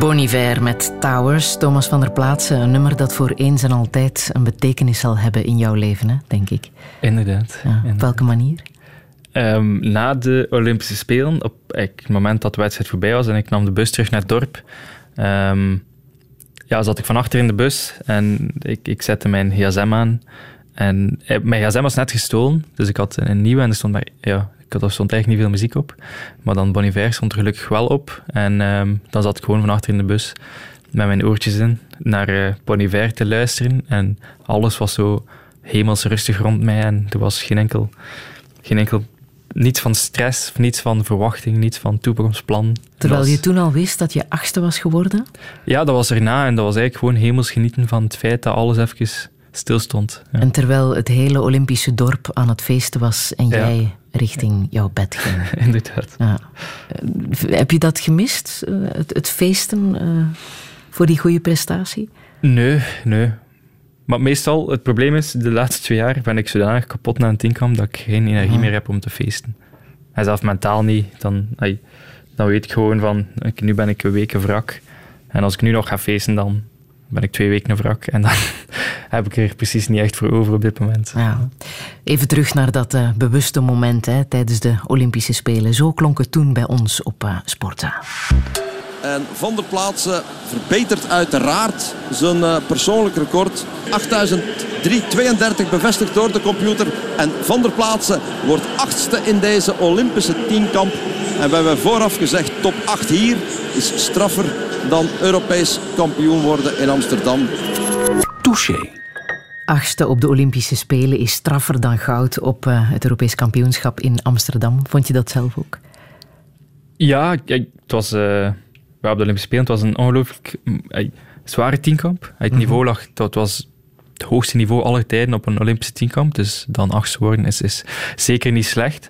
[SPEAKER 2] Bon Iver met Towers. Thomas van der Plaatse, een nummer dat voor eens en altijd een betekenis zal hebben in jouw leven, hè, denk ik.
[SPEAKER 3] Inderdaad.
[SPEAKER 2] Ja, op welke manier?
[SPEAKER 3] Na de Olympische Spelen, op het moment dat de wedstrijd voorbij was en ik nam de bus terug naar het dorp, zat ik van achter in de bus en ik zette mijn gsm aan. En mijn gsm was net gestolen, dus ik had een nieuwe en er stond eigenlijk niet veel muziek op. Maar dan Bon Iver stond er gelukkig wel op. En dan zat ik gewoon van achter in de bus met mijn oortjes in naar Bon Iver te luisteren. En alles was zo hemels rustig rond mij en er was geen enkel niets van stress, niets van verwachting, niets van toekomstplan.
[SPEAKER 2] Terwijl je toen al wist dat je 8e was geworden?
[SPEAKER 3] Ja, dat was erna en dat was eigenlijk gewoon hemels genieten van het feit dat alles even stilstond. Ja.
[SPEAKER 2] En terwijl het hele Olympische dorp aan het feesten was en jij richting jouw bed ging.
[SPEAKER 3] Inderdaad.
[SPEAKER 2] Ja. Heb je dat gemist, het feesten voor die goede prestatie?
[SPEAKER 3] Nee. Maar meestal, het probleem is, de laatste 2 jaar ben ik zodanig kapot na een tienkamp dat ik geen energie meer heb om te feesten. En zelfs mentaal niet. Dan weet ik gewoon van, nu ben ik een week een wrak. En als ik nu nog ga feesten, dan ben ik 2 weken een wrak. En dan heb ik er precies niet echt voor over op dit moment.
[SPEAKER 2] Ja. Even terug naar dat bewuste moment tijdens de Olympische Spelen. Zo klonk het toen bij ons op Sportza.
[SPEAKER 10] En Van der Plaatse verbetert uiteraard zijn persoonlijk record. 8.332 bevestigd door de computer. En Van der Plaatse wordt 8e in deze Olympische tienkamp. En we hebben vooraf gezegd, top 8 hier is straffer dan Europees kampioen worden in Amsterdam.
[SPEAKER 1] Touché.
[SPEAKER 2] 8e op de Olympische Spelen is straffer dan goud op het Europees kampioenschap in Amsterdam. Vond je dat zelf ook?
[SPEAKER 3] Ja, het was... op de Olympische Spelen, het was een ongelooflijk zware tienkamp. Het niveau lag, dat was het hoogste niveau aller tijden op een Olympische tienkamp. Dus dan 8e worden is zeker niet slecht.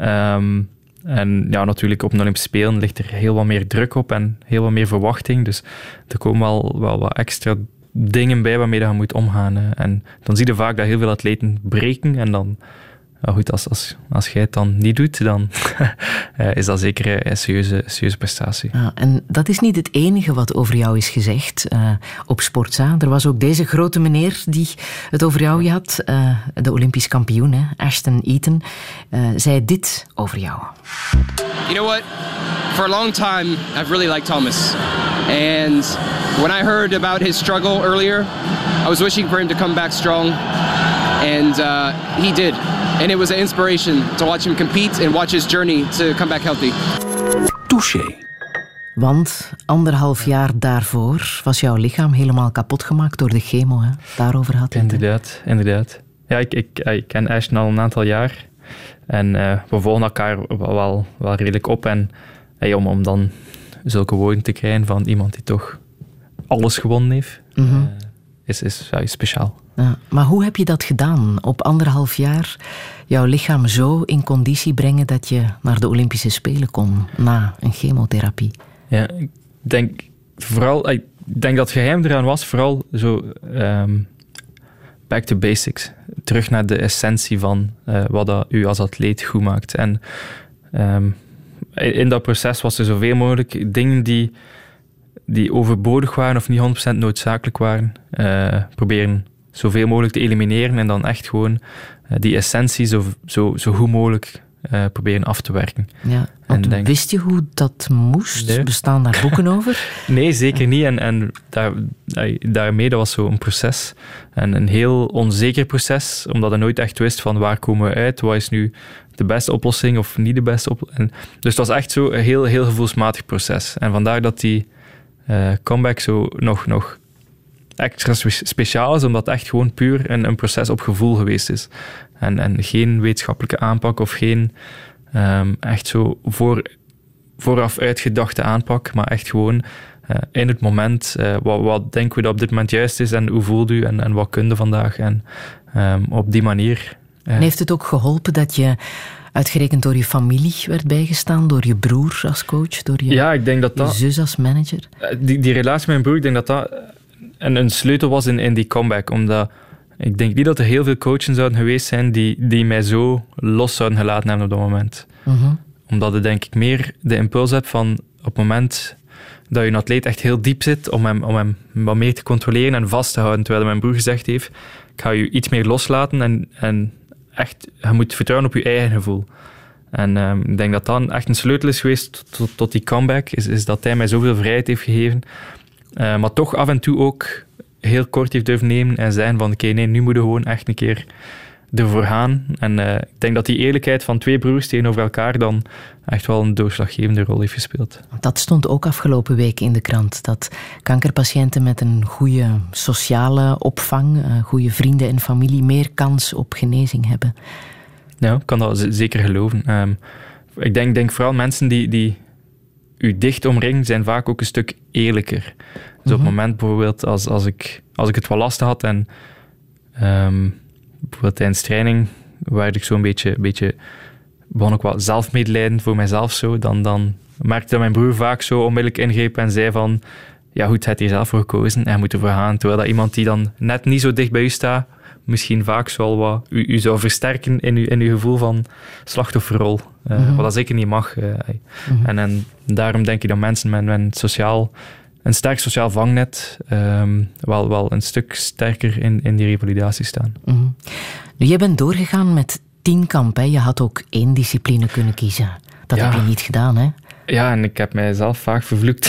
[SPEAKER 3] En ja, natuurlijk op een Olympische Spelen ligt er heel wat meer druk op en heel wat meer verwachting. Dus er komen wel wat extra dingen bij waarmee je moet omgaan. En dan zie je vaak dat heel veel atleten breken en dan... Ja, goed, als jij het dan niet doet, dan is dat zeker een serieuze prestatie.
[SPEAKER 2] Ja, en dat is niet het enige wat over jou is gezegd op Sportza. Er was ook deze grote meneer die het over jou had, de Olympisch kampioen, Ashton Eaton, zei dit over jou.
[SPEAKER 11] You know what? For a long time, I've really liked Thomas. And when I heard about his struggle earlier, I was wishing for him to come back strong. And he did. And it was an inspiration to watch him compete and watch his journey to come back healthy.
[SPEAKER 1] Touché.
[SPEAKER 2] Want 1,5 jaar daarvoor was jouw lichaam helemaal kapot gemaakt door de chemo. Hè? Daarover had het.
[SPEAKER 3] Inderdaad. Ja, ik ken Ashton al een aantal jaar. En we volgen elkaar wel redelijk op. En om dan zulke woorden te krijgen van iemand die toch alles gewonnen heeft, is speciaal.
[SPEAKER 2] Ja, maar hoe heb je dat gedaan? Op 1,5 jaar jouw lichaam zo in conditie brengen dat je naar de Olympische Spelen kon na een chemotherapie?
[SPEAKER 3] Ja, ik denk dat het geheim eraan was vooral zo back to basics. Terug naar de essentie van wat dat u als atleet goed maakt. En in dat proces was er zoveel mogelijk dingen die overbodig waren of niet 100% noodzakelijk waren, proberen zoveel mogelijk te elimineren en dan echt gewoon die essentie zo goed mogelijk proberen af te werken.
[SPEAKER 2] Ja, want wist je hoe dat moest? Nee. Bestaan daar boeken over?
[SPEAKER 3] Nee, zeker niet. En daarmee, dat was zo'n proces. En een heel onzeker proces, omdat je nooit echt wist van waar komen we uit, wat is nu de beste oplossing of niet de beste oplossing. Dus het was echt zo een heel, heel gevoelsmatig proces. En vandaar dat die comeback zo nog extra speciaal is, omdat het echt gewoon puur een proces op gevoel geweest is. En geen wetenschappelijke aanpak of geen echt zo vooraf uitgedachte aanpak, maar echt gewoon in het moment, wat denken we dat op dit moment juist is en hoe voelt u en wat kun je vandaag. En op die manier...
[SPEAKER 2] En heeft het ook geholpen dat je uitgerekend door je familie werd bijgestaan, door je broer als coach, door je zus als manager?
[SPEAKER 3] Die relatie met mijn broer, ik denk dat een sleutel was in die comeback, omdat ik denk niet dat er heel veel coaches zouden geweest zijn die mij zo los zouden gelaten hebben op dat moment. Omdat ik denk ik meer de impuls heb van op het moment dat je een atleet echt heel diep zit om hem wat meer te controleren en vast te houden. Terwijl mijn broer gezegd heeft, ik ga je iets meer loslaten en echt, je moet vertrouwen op je eigen gevoel. En ik denk dat dat echt een sleutel is geweest tot die comeback, is dat hij mij zoveel vrijheid heeft gegeven. Maar toch af en toe ook heel kort heeft durven nemen en zijn van oké, nee, nu moet je gewoon echt een keer ervoor gaan. En ik denk dat die eerlijkheid van 2 broers tegenover elkaar dan echt wel een doorslaggevende rol heeft gespeeld.
[SPEAKER 2] Dat stond ook afgelopen week in de krant, dat kankerpatiënten met een goede sociale opvang, goede vrienden en familie, meer kans op genezing hebben.
[SPEAKER 3] Ja, ik kan dat zeker geloven. Ik denk vooral mensen die u dicht omringen, zijn vaak ook een stuk eerlijker. Dus op het moment bijvoorbeeld, als ik het wat lastig had en bijvoorbeeld tijdens training werd ik zo'n beetje begon ik wat zelfmedelijden voor mijzelf zo, dan merkte dat mijn broer vaak zo onmiddellijk ingreep en zei van ja goed, hij heeft hier zelf voor gekozen en je moet ervoor gaan. Terwijl dat iemand die dan net niet zo dicht bij u staat, misschien vaak wel wat u zou versterken in uw gevoel van slachtofferrol. Wat dat zeker niet mag. En daarom denk ik dat mensen met een sterk sociaal vangnet wel een stuk sterker in die revalidatie staan.
[SPEAKER 2] Nu, jij bent doorgegaan met 10-kamp. Hè? Je had ook 1 discipline kunnen kiezen. Dat heb je niet gedaan, hè?
[SPEAKER 3] Ja, en ik heb mijzelf vaak vervloekt.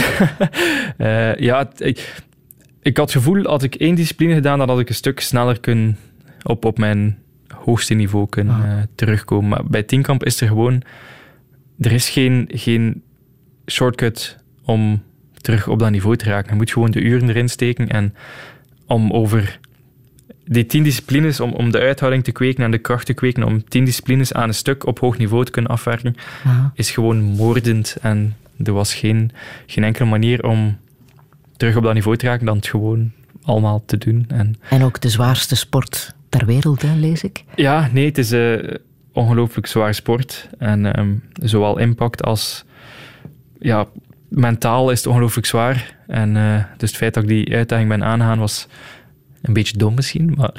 [SPEAKER 3] Ik had het gevoel, had ik 1 discipline gedaan, dan had ik een stuk sneller kunnen op mijn hoogste niveau kunnen terugkomen. Maar bij 10-kamp is er is geen shortcut om terug op dat niveau te raken. Je moet gewoon de uren erin steken en om over die 10 disciplines, om de uithouding te kweken en de kracht te kweken, om 10 disciplines aan een stuk op hoog niveau te kunnen afwerken, is gewoon moordend. En er was geen enkele manier om terug op dat niveau te raken dan het gewoon allemaal te doen.
[SPEAKER 2] En ook de zwaarste sport ter wereld, hè, lees ik?
[SPEAKER 3] Ja, nee, het is een ongelooflijk zwaar sport. En zowel impact als mentaal is het ongelooflijk zwaar. En dus het feit dat ik die uitdaging ben aangegaan was een beetje dom misschien, maar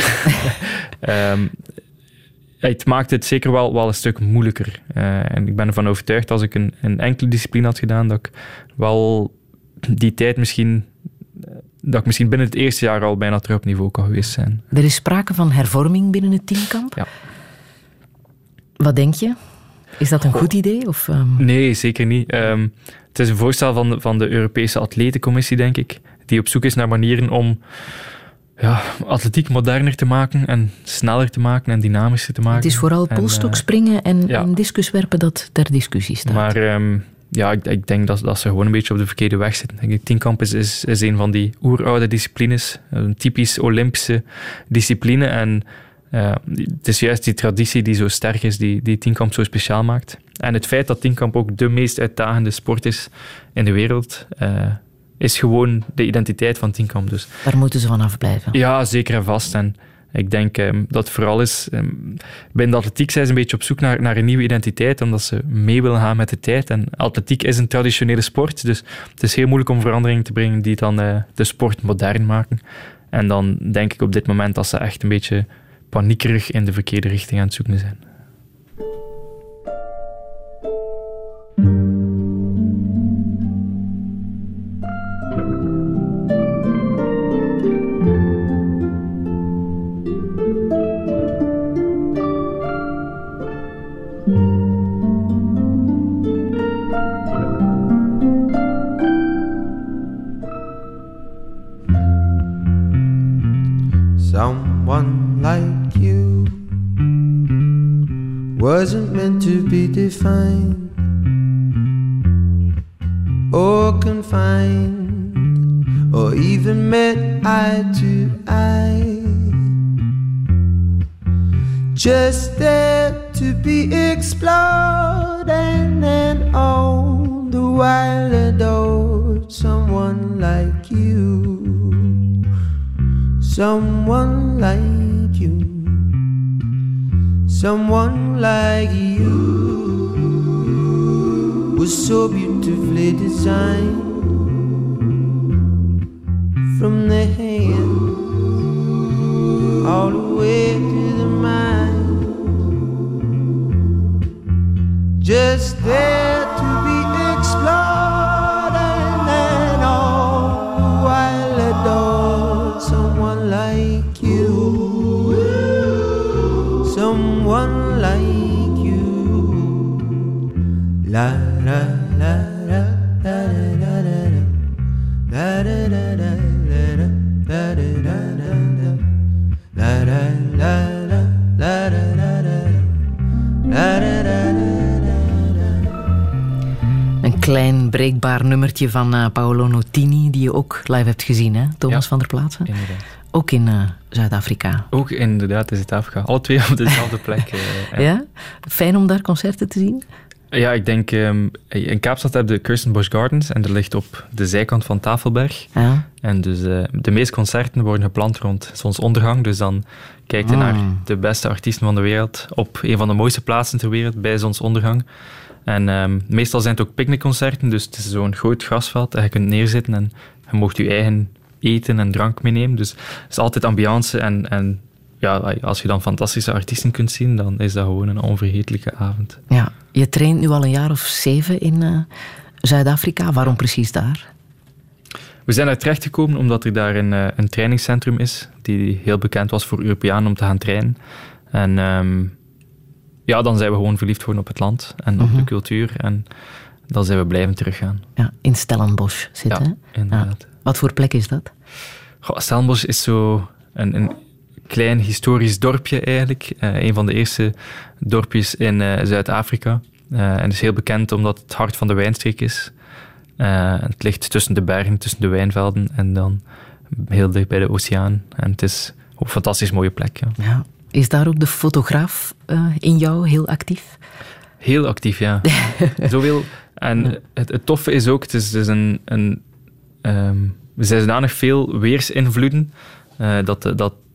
[SPEAKER 3] het maakt het zeker wel een stuk moeilijker. En ik ben ervan overtuigd als ik een enkele discipline had gedaan, dat ik wel die tijd misschien binnen het eerste jaar al bijna terug op niveau kan geweest zijn.
[SPEAKER 2] Er is sprake van hervorming binnen het 10-kamp.
[SPEAKER 3] Ja.
[SPEAKER 2] Wat denk je? Is dat een goed idee? Of,
[SPEAKER 3] Nee, zeker niet. Het is een voorstel van de Europese Atletencommissie, denk ik, die op zoek is naar manieren om atletiek moderner te maken en sneller te maken en dynamischer te maken.
[SPEAKER 2] Het is vooral polstokspringen en discuswerpen dat ter discussie staat.
[SPEAKER 3] Maar ik denk dat ze gewoon een beetje op de verkeerde weg zitten. Denk ik, 10-kamp is een van die oeroude disciplines, een typisch Olympische discipline. En het is juist die traditie die zo sterk is, die 10-kamp zo speciaal maakt. En het feit dat 10-kamp ook de meest uitdagende sport is in de wereld, is gewoon de identiteit van 10-kamp. Dus.
[SPEAKER 2] Daar moeten ze van afblijven.
[SPEAKER 3] Ja, zeker en vast. En ik denk dat het vooral is... Binnen de atletiek zijn ze een beetje op zoek naar een nieuwe identiteit, omdat ze mee willen gaan met de tijd. En atletiek is een traditionele sport, dus het is heel moeilijk om veranderingen te brengen die dan de sport modern maken. En dan denk ik op dit moment dat ze echt een beetje paniekerig in de verkeerde richting aan het zoeken zijn.
[SPEAKER 12] Someone like you wasn't meant to be defined or confined or even met eye to eye. Just there to be explored and then all the while adored. Someone like you. Someone like you, someone like you was so beautifully designed from the hand all the way to the mind. Just there to be explored and
[SPEAKER 2] Een klein breekbaar nummertje van Paolo Nutini, die je ook live hebt gezien, hè? Thomas van der Plaatsen.
[SPEAKER 3] Inderdaad.
[SPEAKER 2] Ook in Zuid-Afrika.
[SPEAKER 3] Ook inderdaad in Zuid-Afrika. Alle twee op dezelfde plek.
[SPEAKER 2] Ja? Fijn om daar concerten te zien?
[SPEAKER 3] Ja, ik denk... in Kaapstad heb je de Kirstenbosch Gardens en dat ligt op de zijkant van Tafelberg.
[SPEAKER 2] Ja.
[SPEAKER 3] En dus de meeste concerten worden gepland rond zonsondergang. Dus dan kijk je naar de beste artiesten van de wereld op een van de mooiste plaatsen ter wereld bij zonsondergang. En meestal zijn het ook picknickconcerten, dus het is zo'n groot grasveld en je kunt neerzitten en je mocht je eigen eten en drank meenemen. Dus het is altijd ambiance en ja, als je dan fantastische artiesten kunt zien, dan is dat gewoon een onvergetelijke avond.
[SPEAKER 2] Ja, je traint nu al een jaar of 7 in Zuid-Afrika. Waarom precies daar?
[SPEAKER 3] We zijn daar terechtgekomen omdat er daar een trainingscentrum is die heel bekend was voor Europeanen om te gaan trainen. En ja, dan zijn we gewoon verliefd geworden op het land en op de cultuur. En dan zijn we blijven teruggaan.
[SPEAKER 2] Ja, in Stellenbosch zitten.
[SPEAKER 3] Ja, inderdaad.
[SPEAKER 2] Ja. Wat voor plek is dat?
[SPEAKER 3] Goh, Stellenbosch is zo een klein historisch dorpje eigenlijk. Een van de eerste dorpjes in Zuid-Afrika. En is heel bekend omdat het hart van de wijnstreek is. Het ligt tussen de bergen, tussen de wijnvelden en dan heel dicht bij de oceaan. En het is ook een fantastisch mooie plek. Ja.
[SPEAKER 2] Ja. Is daar ook de fotograaf in jou heel actief?
[SPEAKER 3] Heel actief, ja. Zoveel. En het toffe is ook, het is dus er zijn zodanig veel weersinvloeden dat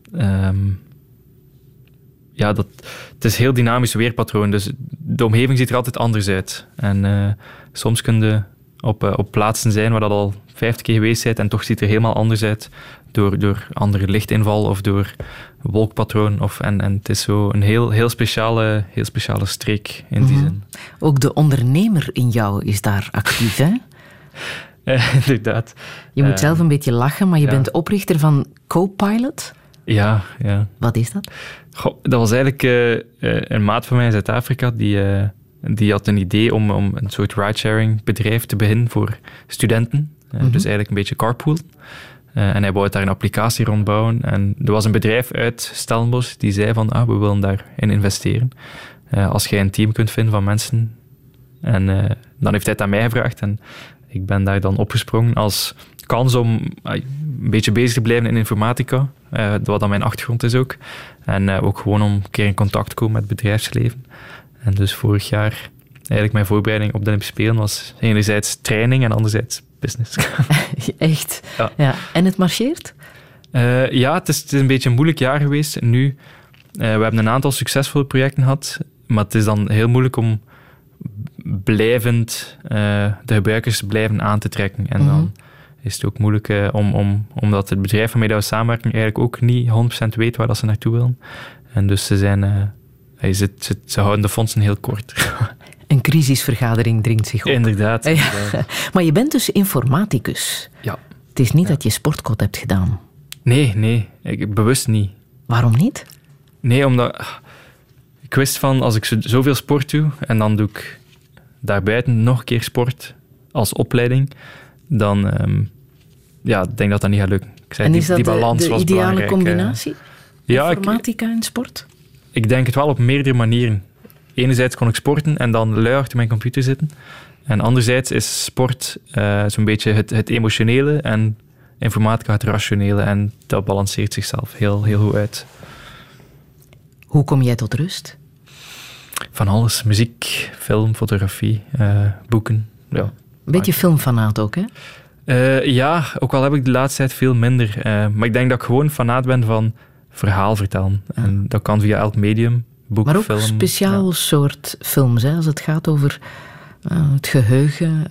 [SPEAKER 3] het is een heel dynamisch weerpatroon. Dus de omgeving ziet er altijd anders uit. En soms kun je op plaatsen zijn waar dat al 50 keer geweest bent en toch ziet het er helemaal anders uit door andere lichtinval of door wolkpatroon. En het is zo een heel speciale streek in die zin.
[SPEAKER 2] Ook de ondernemer in jou is daar actief, hè?
[SPEAKER 3] Inderdaad.
[SPEAKER 2] Je moet zelf een beetje lachen, maar je bent oprichter van Copilot.
[SPEAKER 3] Ja.
[SPEAKER 2] Wat is dat?
[SPEAKER 3] Goh, dat was eigenlijk een maat van mij in Zuid-Afrika die had een idee om een soort ridesharing bedrijf te beginnen voor studenten. Dus eigenlijk een beetje carpool. En hij wou daar een applicatie rond bouwen. En er was een bedrijf uit Stellenbosch die zei van, we willen daarin investeren. Als jij een team kunt vinden van mensen. En dan heeft hij het aan mij gevraagd. En ik ben daar dan opgesprongen als kans om een beetje bezig te blijven in informatica. Wat dan mijn achtergrond is ook. En ook gewoon om een keer in contact te komen met het bedrijfsleven. En dus vorig jaar, eigenlijk mijn voorbereiding op de Olympische Spelen was enerzijds training en anderzijds business.
[SPEAKER 2] Echt? Ja. En het marcheert?
[SPEAKER 3] Ja, het is een beetje een moeilijk jaar geweest. Nu, we hebben een aantal succesvolle projecten gehad, maar het is dan heel moeilijk om blijvend de gebruikers blijven aan te trekken. En dan is het ook moeilijk omdat het bedrijf waarmee we samenwerken eigenlijk ook niet 100% weet waar dat ze naartoe willen. En dus ze houden de fondsen heel kort.
[SPEAKER 2] Een crisisvergadering dringt zich op.
[SPEAKER 3] Inderdaad.
[SPEAKER 2] Ja. Maar je bent dus informaticus.
[SPEAKER 3] Ja.
[SPEAKER 2] Het is niet dat je sportcode hebt gedaan.
[SPEAKER 3] Nee. Bewust niet.
[SPEAKER 2] Waarom niet?
[SPEAKER 3] Nee, omdat ik wist van, als ik zoveel sport doe en dan doe ik daarbuiten nog een keer sport als opleiding, dan ik denk dat dat niet gaat lukken. Ik zei,
[SPEAKER 2] en is dat
[SPEAKER 3] die balans
[SPEAKER 2] de
[SPEAKER 3] was
[SPEAKER 2] ideale
[SPEAKER 3] belangrijk.
[SPEAKER 2] combinatie? Informatica en sport?
[SPEAKER 3] Ik denk het wel op meerdere manieren. Enerzijds kon ik sporten en dan lui achter mijn computer zitten. En anderzijds is sport zo'n beetje het emotionele en informatica het rationele. En dat balanceert zichzelf heel, heel goed uit.
[SPEAKER 2] Hoe kom jij tot rust?
[SPEAKER 3] Van alles. Muziek, film, fotografie, boeken. Ja.
[SPEAKER 2] Een beetje filmfanaat ook, hè?
[SPEAKER 3] Ja, ook al heb ik de laatste tijd veel minder. Maar ik denk dat ik gewoon fanaat ben van verhaal vertellen. En dat kan via elk medium. Boek,
[SPEAKER 2] maar ook
[SPEAKER 3] film,
[SPEAKER 2] speciaal soort films, hè, als het gaat over het geheugen.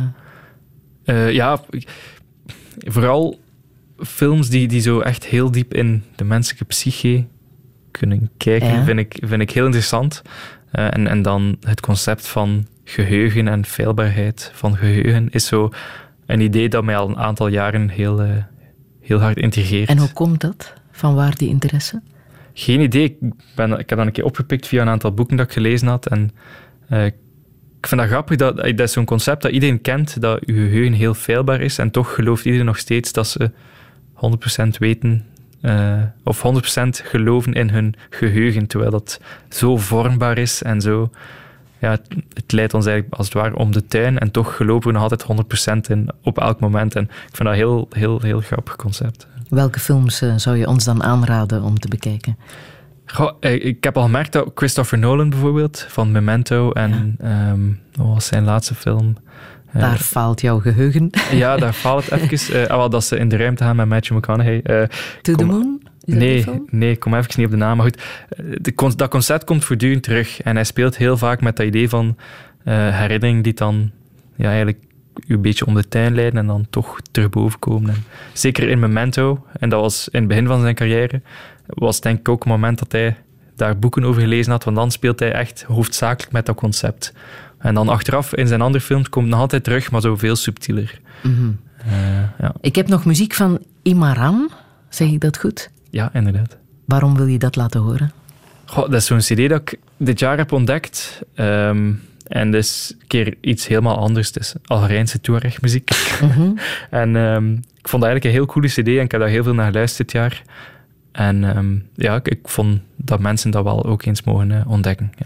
[SPEAKER 3] Vooral films die zo echt heel diep in de menselijke psyche kunnen kijken, vind ik heel interessant. En dan het concept van geheugen en feilbaarheid van geheugen is zo een idee dat mij al een aantal jaren heel hard intrigeert.
[SPEAKER 2] En hoe komt dat? Van waar die interesse?
[SPEAKER 3] Geen idee. Ik heb dat een keer opgepikt via een aantal boeken dat ik gelezen had. En ik vind dat grappig, dat is zo'n concept dat iedereen kent, dat je geheugen heel feilbaar is en toch gelooft iedereen nog steeds dat ze 100% weten of 100% geloven in hun geheugen, terwijl dat zo vormbaar is en zo... Ja, het leidt ons eigenlijk als het ware om de tuin en toch geloven we nog altijd 100% in op elk moment. En ik vind dat een heel grappig concept.
[SPEAKER 2] Welke films zou je ons dan aanraden om te bekijken?
[SPEAKER 3] Goh, ik heb al gemerkt dat Christopher Nolan bijvoorbeeld, van Memento en wat was zijn laatste film?
[SPEAKER 2] Daar faalt jouw geheugen.
[SPEAKER 3] Ja, daar faalt het even. Dat ze in de ruimte gaan met Matthew McConaughey.
[SPEAKER 2] To the Moon?
[SPEAKER 3] Nee, ik kom even niet op de naam. Maar goed, dat concept komt voortdurend terug. En hij speelt heel vaak met dat idee van herinnering die dan eigenlijk u een beetje om de tuin leiden en dan toch terug boven komen. En zeker in Memento, en dat was in het begin van zijn carrière, was denk ik ook een moment dat hij daar boeken over gelezen had, want dan speelt hij echt hoofdzakelijk met dat concept. En dan achteraf in zijn andere films komt het nog altijd terug, maar zo veel subtieler.
[SPEAKER 2] Mm-hmm.
[SPEAKER 3] Ja.
[SPEAKER 2] Ik heb nog muziek van Imaran. Zeg ik dat goed?
[SPEAKER 3] Ja, inderdaad.
[SPEAKER 2] Waarom wil je dat laten horen?
[SPEAKER 3] Goh, dat is zo'n cd dat ik dit jaar heb ontdekt. En dat is een keer iets helemaal anders. Het is Algerijnse Touareg-muziek.
[SPEAKER 2] Mm-hmm.
[SPEAKER 3] En ik vond dat eigenlijk een heel coole cd en ik heb daar heel veel naar geluisterd dit jaar. En ik vond dat mensen dat wel ook eens mogen ontdekken. Ja.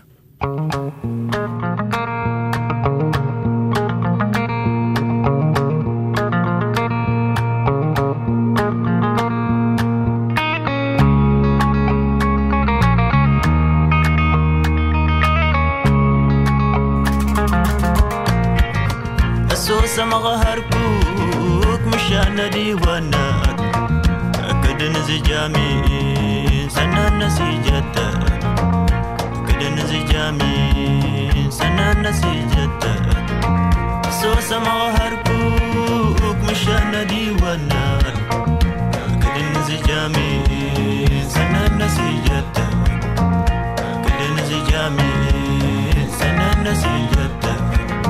[SPEAKER 13] سمغ هركوك مشان ديوانك كد نزجامي سنة نسيجتك كد نزجامي سنة نسيجتك سو سمغ هركوك مشان ديوانك كد نزجامي سنة نسيجتك كد نزجامي سنة نسيجتك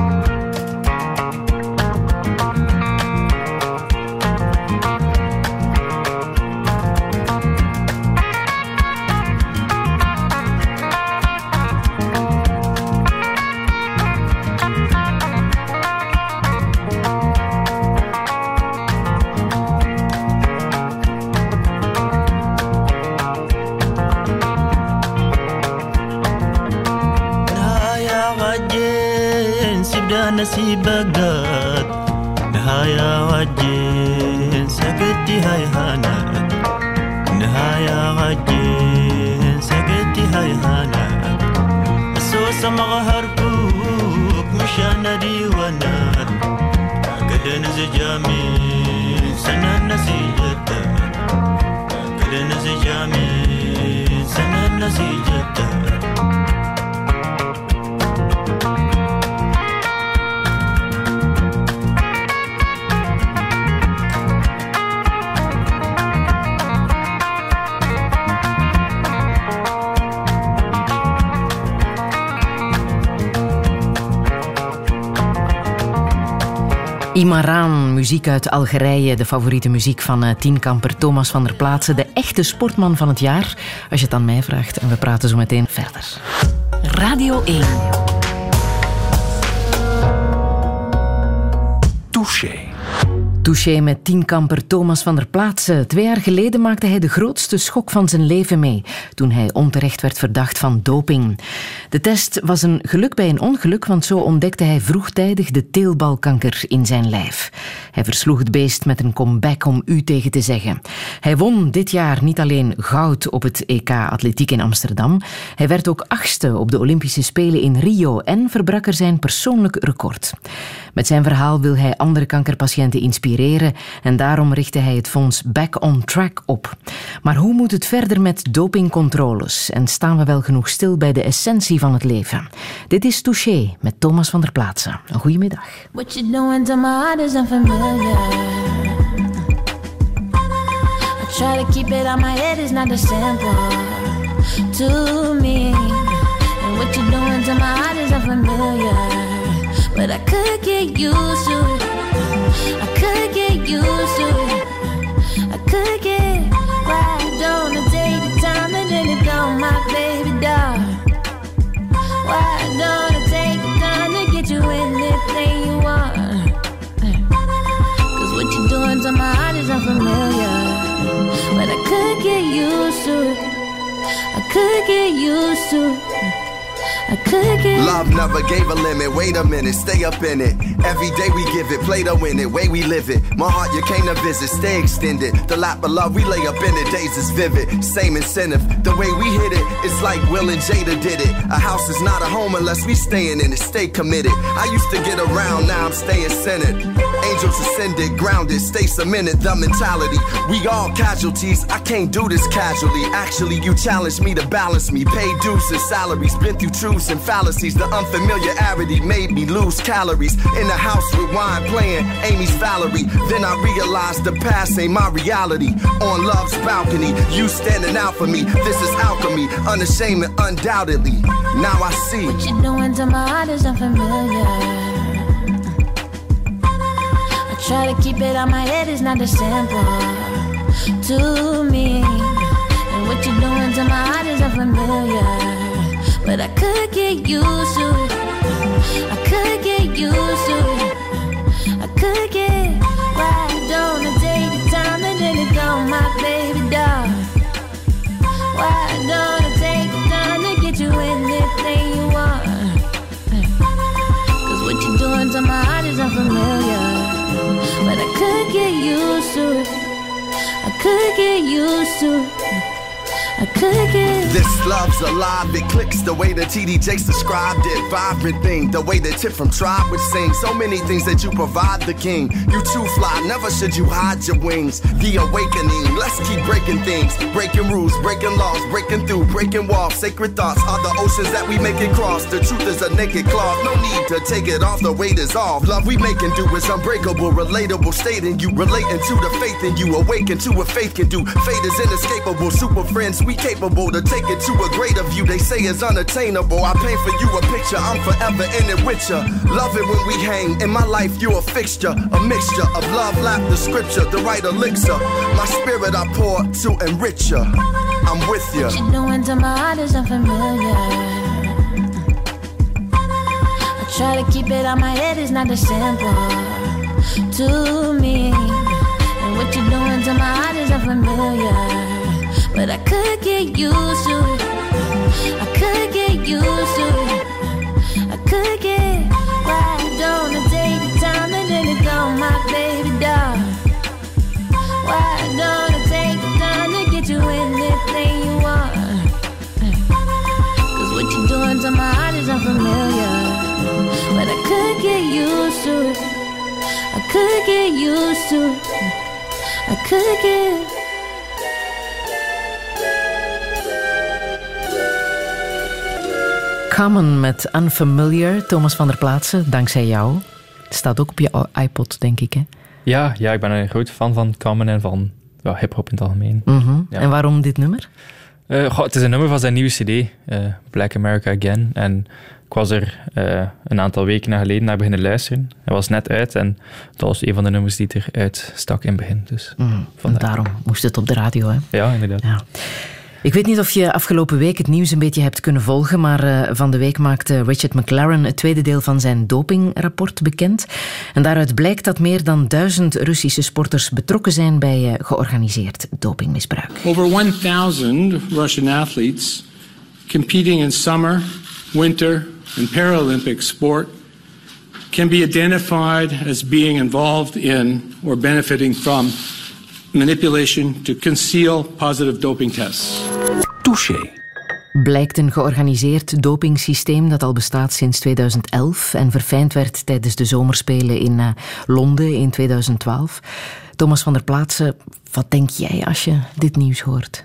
[SPEAKER 13] نسيبك قد نهاية وجين سكتي هاي هانا نهاية وجين سكتي هاي هانا السوسة مغهركوك مشان ديوانا قد نزجامي سنة نسيجتك قد نزجامي سنة نسيجتك
[SPEAKER 2] Imaran, muziek uit Algerije, de favoriete muziek van tienkamper Thomas van der Plaatse, de echte sportman van het jaar, als je het aan mij vraagt. En we praten zo meteen verder.
[SPEAKER 1] Radio 1. Touché.
[SPEAKER 2] Touché met tienkamper Thomas van der Plaatse. 2 jaar geleden maakte hij de grootste schok van zijn leven mee, toen hij onterecht werd verdacht van doping. De test was een geluk bij een ongeluk, want zo ontdekte hij vroegtijdig de teelbalkanker in zijn lijf. Hij versloeg het beest met een comeback om u tegen te zeggen. Hij won dit jaar niet alleen goud op het EK Atletiek in Amsterdam, hij werd ook 8e op de Olympische Spelen in Rio en verbrak er zijn persoonlijk record. Met zijn verhaal wil hij andere kankerpatiënten inspireren en daarom richtte hij het fonds Back on Track op. Maar hoe moet het verder met dopingcontroles en staan we wel genoeg stil bij de essentie van het leven? Dit is Touché met Thomas van der Plaatse. Een goede middag.
[SPEAKER 14] What you doing to my heart is unfamiliar. I try to keep it on my head, it's not as simple to me. And what you doing to my heart is unfamiliar. But I could get used to it. I could get used to it. I could get right on the day the time and then it go, my baby doll. Why don't I take the time to get could get used to it. I could get
[SPEAKER 15] Love never gave a limit, wait a minute, stay up in it. Every day we give it, play to win it, way we live it. My heart you came to visit, stay extended. The lap of love we lay up in it, days is vivid. Same incentive, the way we hit it, it's like Will and Jada did it. A house is not a home unless we staying in it, stay committed. I used to get around, now I'm staying centered. Angels ascended, grounded, stay cemented, the mentality. We all casualties, I can't do this casually. Actually, you challenged me to balance me. Pay dues and salaries, been through truths and fallacies. The unfamiliarity made me lose calories. In the house with wine playing Amy's Valerie. Then I realized the past ain't my reality. On love's balcony, you standing out for me. This is alchemy, unashamed and undoubtedly. Now I see
[SPEAKER 14] what you're doing to my heart is unfamiliar. I try to keep it on my head, it's not as simple to me. And what you're doing to my heart is unfamiliar. But I could get used to it. I could get used to it. I could get why don't I take the time and let it go, my baby doll? Why don't I take the time to get you anything you want? Cause what you're doing to my heart is unfamiliar. But I could get used to it. I could get used to it. I could get
[SPEAKER 15] this love's alive, it clicks the way that TD Jakes described it. Vibrant thing, the way that Tip from Tribe would sing. So many things that you provide the king. You too fly, never should you hide your wings. The awakening, let's keep breaking things. Breaking rules, breaking laws, breaking through, breaking walls. Sacred thoughts are the oceans that we make it cross. The truth is a naked cloth, no need to take it off, the weight is off. Love we making do is unbreakable, relatable, stating you. Relating to the faith in you, awaken to what faith can do. Fate is inescapable, super friends we capable to take it to a greater view. They say it's unattainable. I paint for you a picture, I'm forever in it with ya. Love it when we hang. In my life, you a fixture, a mixture of love, laughter, scripture, the right elixir. My spirit I pour to enrich ya. I'm with ya.
[SPEAKER 14] What you're doing to my heart is unfamiliar. I try to keep it on my head, it's not as simple to me. And what you're doing to my heart is unfamiliar. But I could get used to it. I could get used to it. I could get why don't I take the time and let it go, my baby doll? Why don't I take the time to get you anything you want? Cause what you're doing to my heart is unfamiliar. But I could get used to it. I could get used to it. I could get
[SPEAKER 2] Common met Unfamiliar, Thomas van der Plaatsen, dankzij jou. Het staat ook op je iPod, denk ik, hè?
[SPEAKER 3] Ja, ik ben een groot fan van Common en van hip-hop in het algemeen.
[SPEAKER 2] Mm-hmm.
[SPEAKER 3] Ja.
[SPEAKER 2] En waarom dit nummer?
[SPEAKER 3] Het is een nummer van zijn nieuwe CD, Black America Again. En ik was er een aantal weken geleden naar beginnen luisteren. Hij was net uit en dat was een van de nummers die eruit stak in het begin. Dus
[SPEAKER 2] daarom moest het op de radio, hè?
[SPEAKER 3] Ja, inderdaad.
[SPEAKER 2] Ja. Ik weet niet of je afgelopen week het nieuws een beetje hebt kunnen volgen, maar van de week maakte Richard McLaren het tweede deel van zijn dopingrapport bekend. En daaruit blijkt dat meer dan 1000 Russische sporters betrokken zijn bij georganiseerd dopingmisbruik.
[SPEAKER 16] Over 1000 Russian athletes competing in summer, winter and Paralympic sport can be identified as being involved in or benefiting from manipulation to conceal positive doping tests.
[SPEAKER 1] Touché.
[SPEAKER 2] Blijkt een georganiseerd dopingsysteem dat al bestaat sinds 2011 en verfijnd werd tijdens de zomerspelen in Londen in 2012. Thomas van der Plaatsen, wat denk jij als je dit nieuws hoort?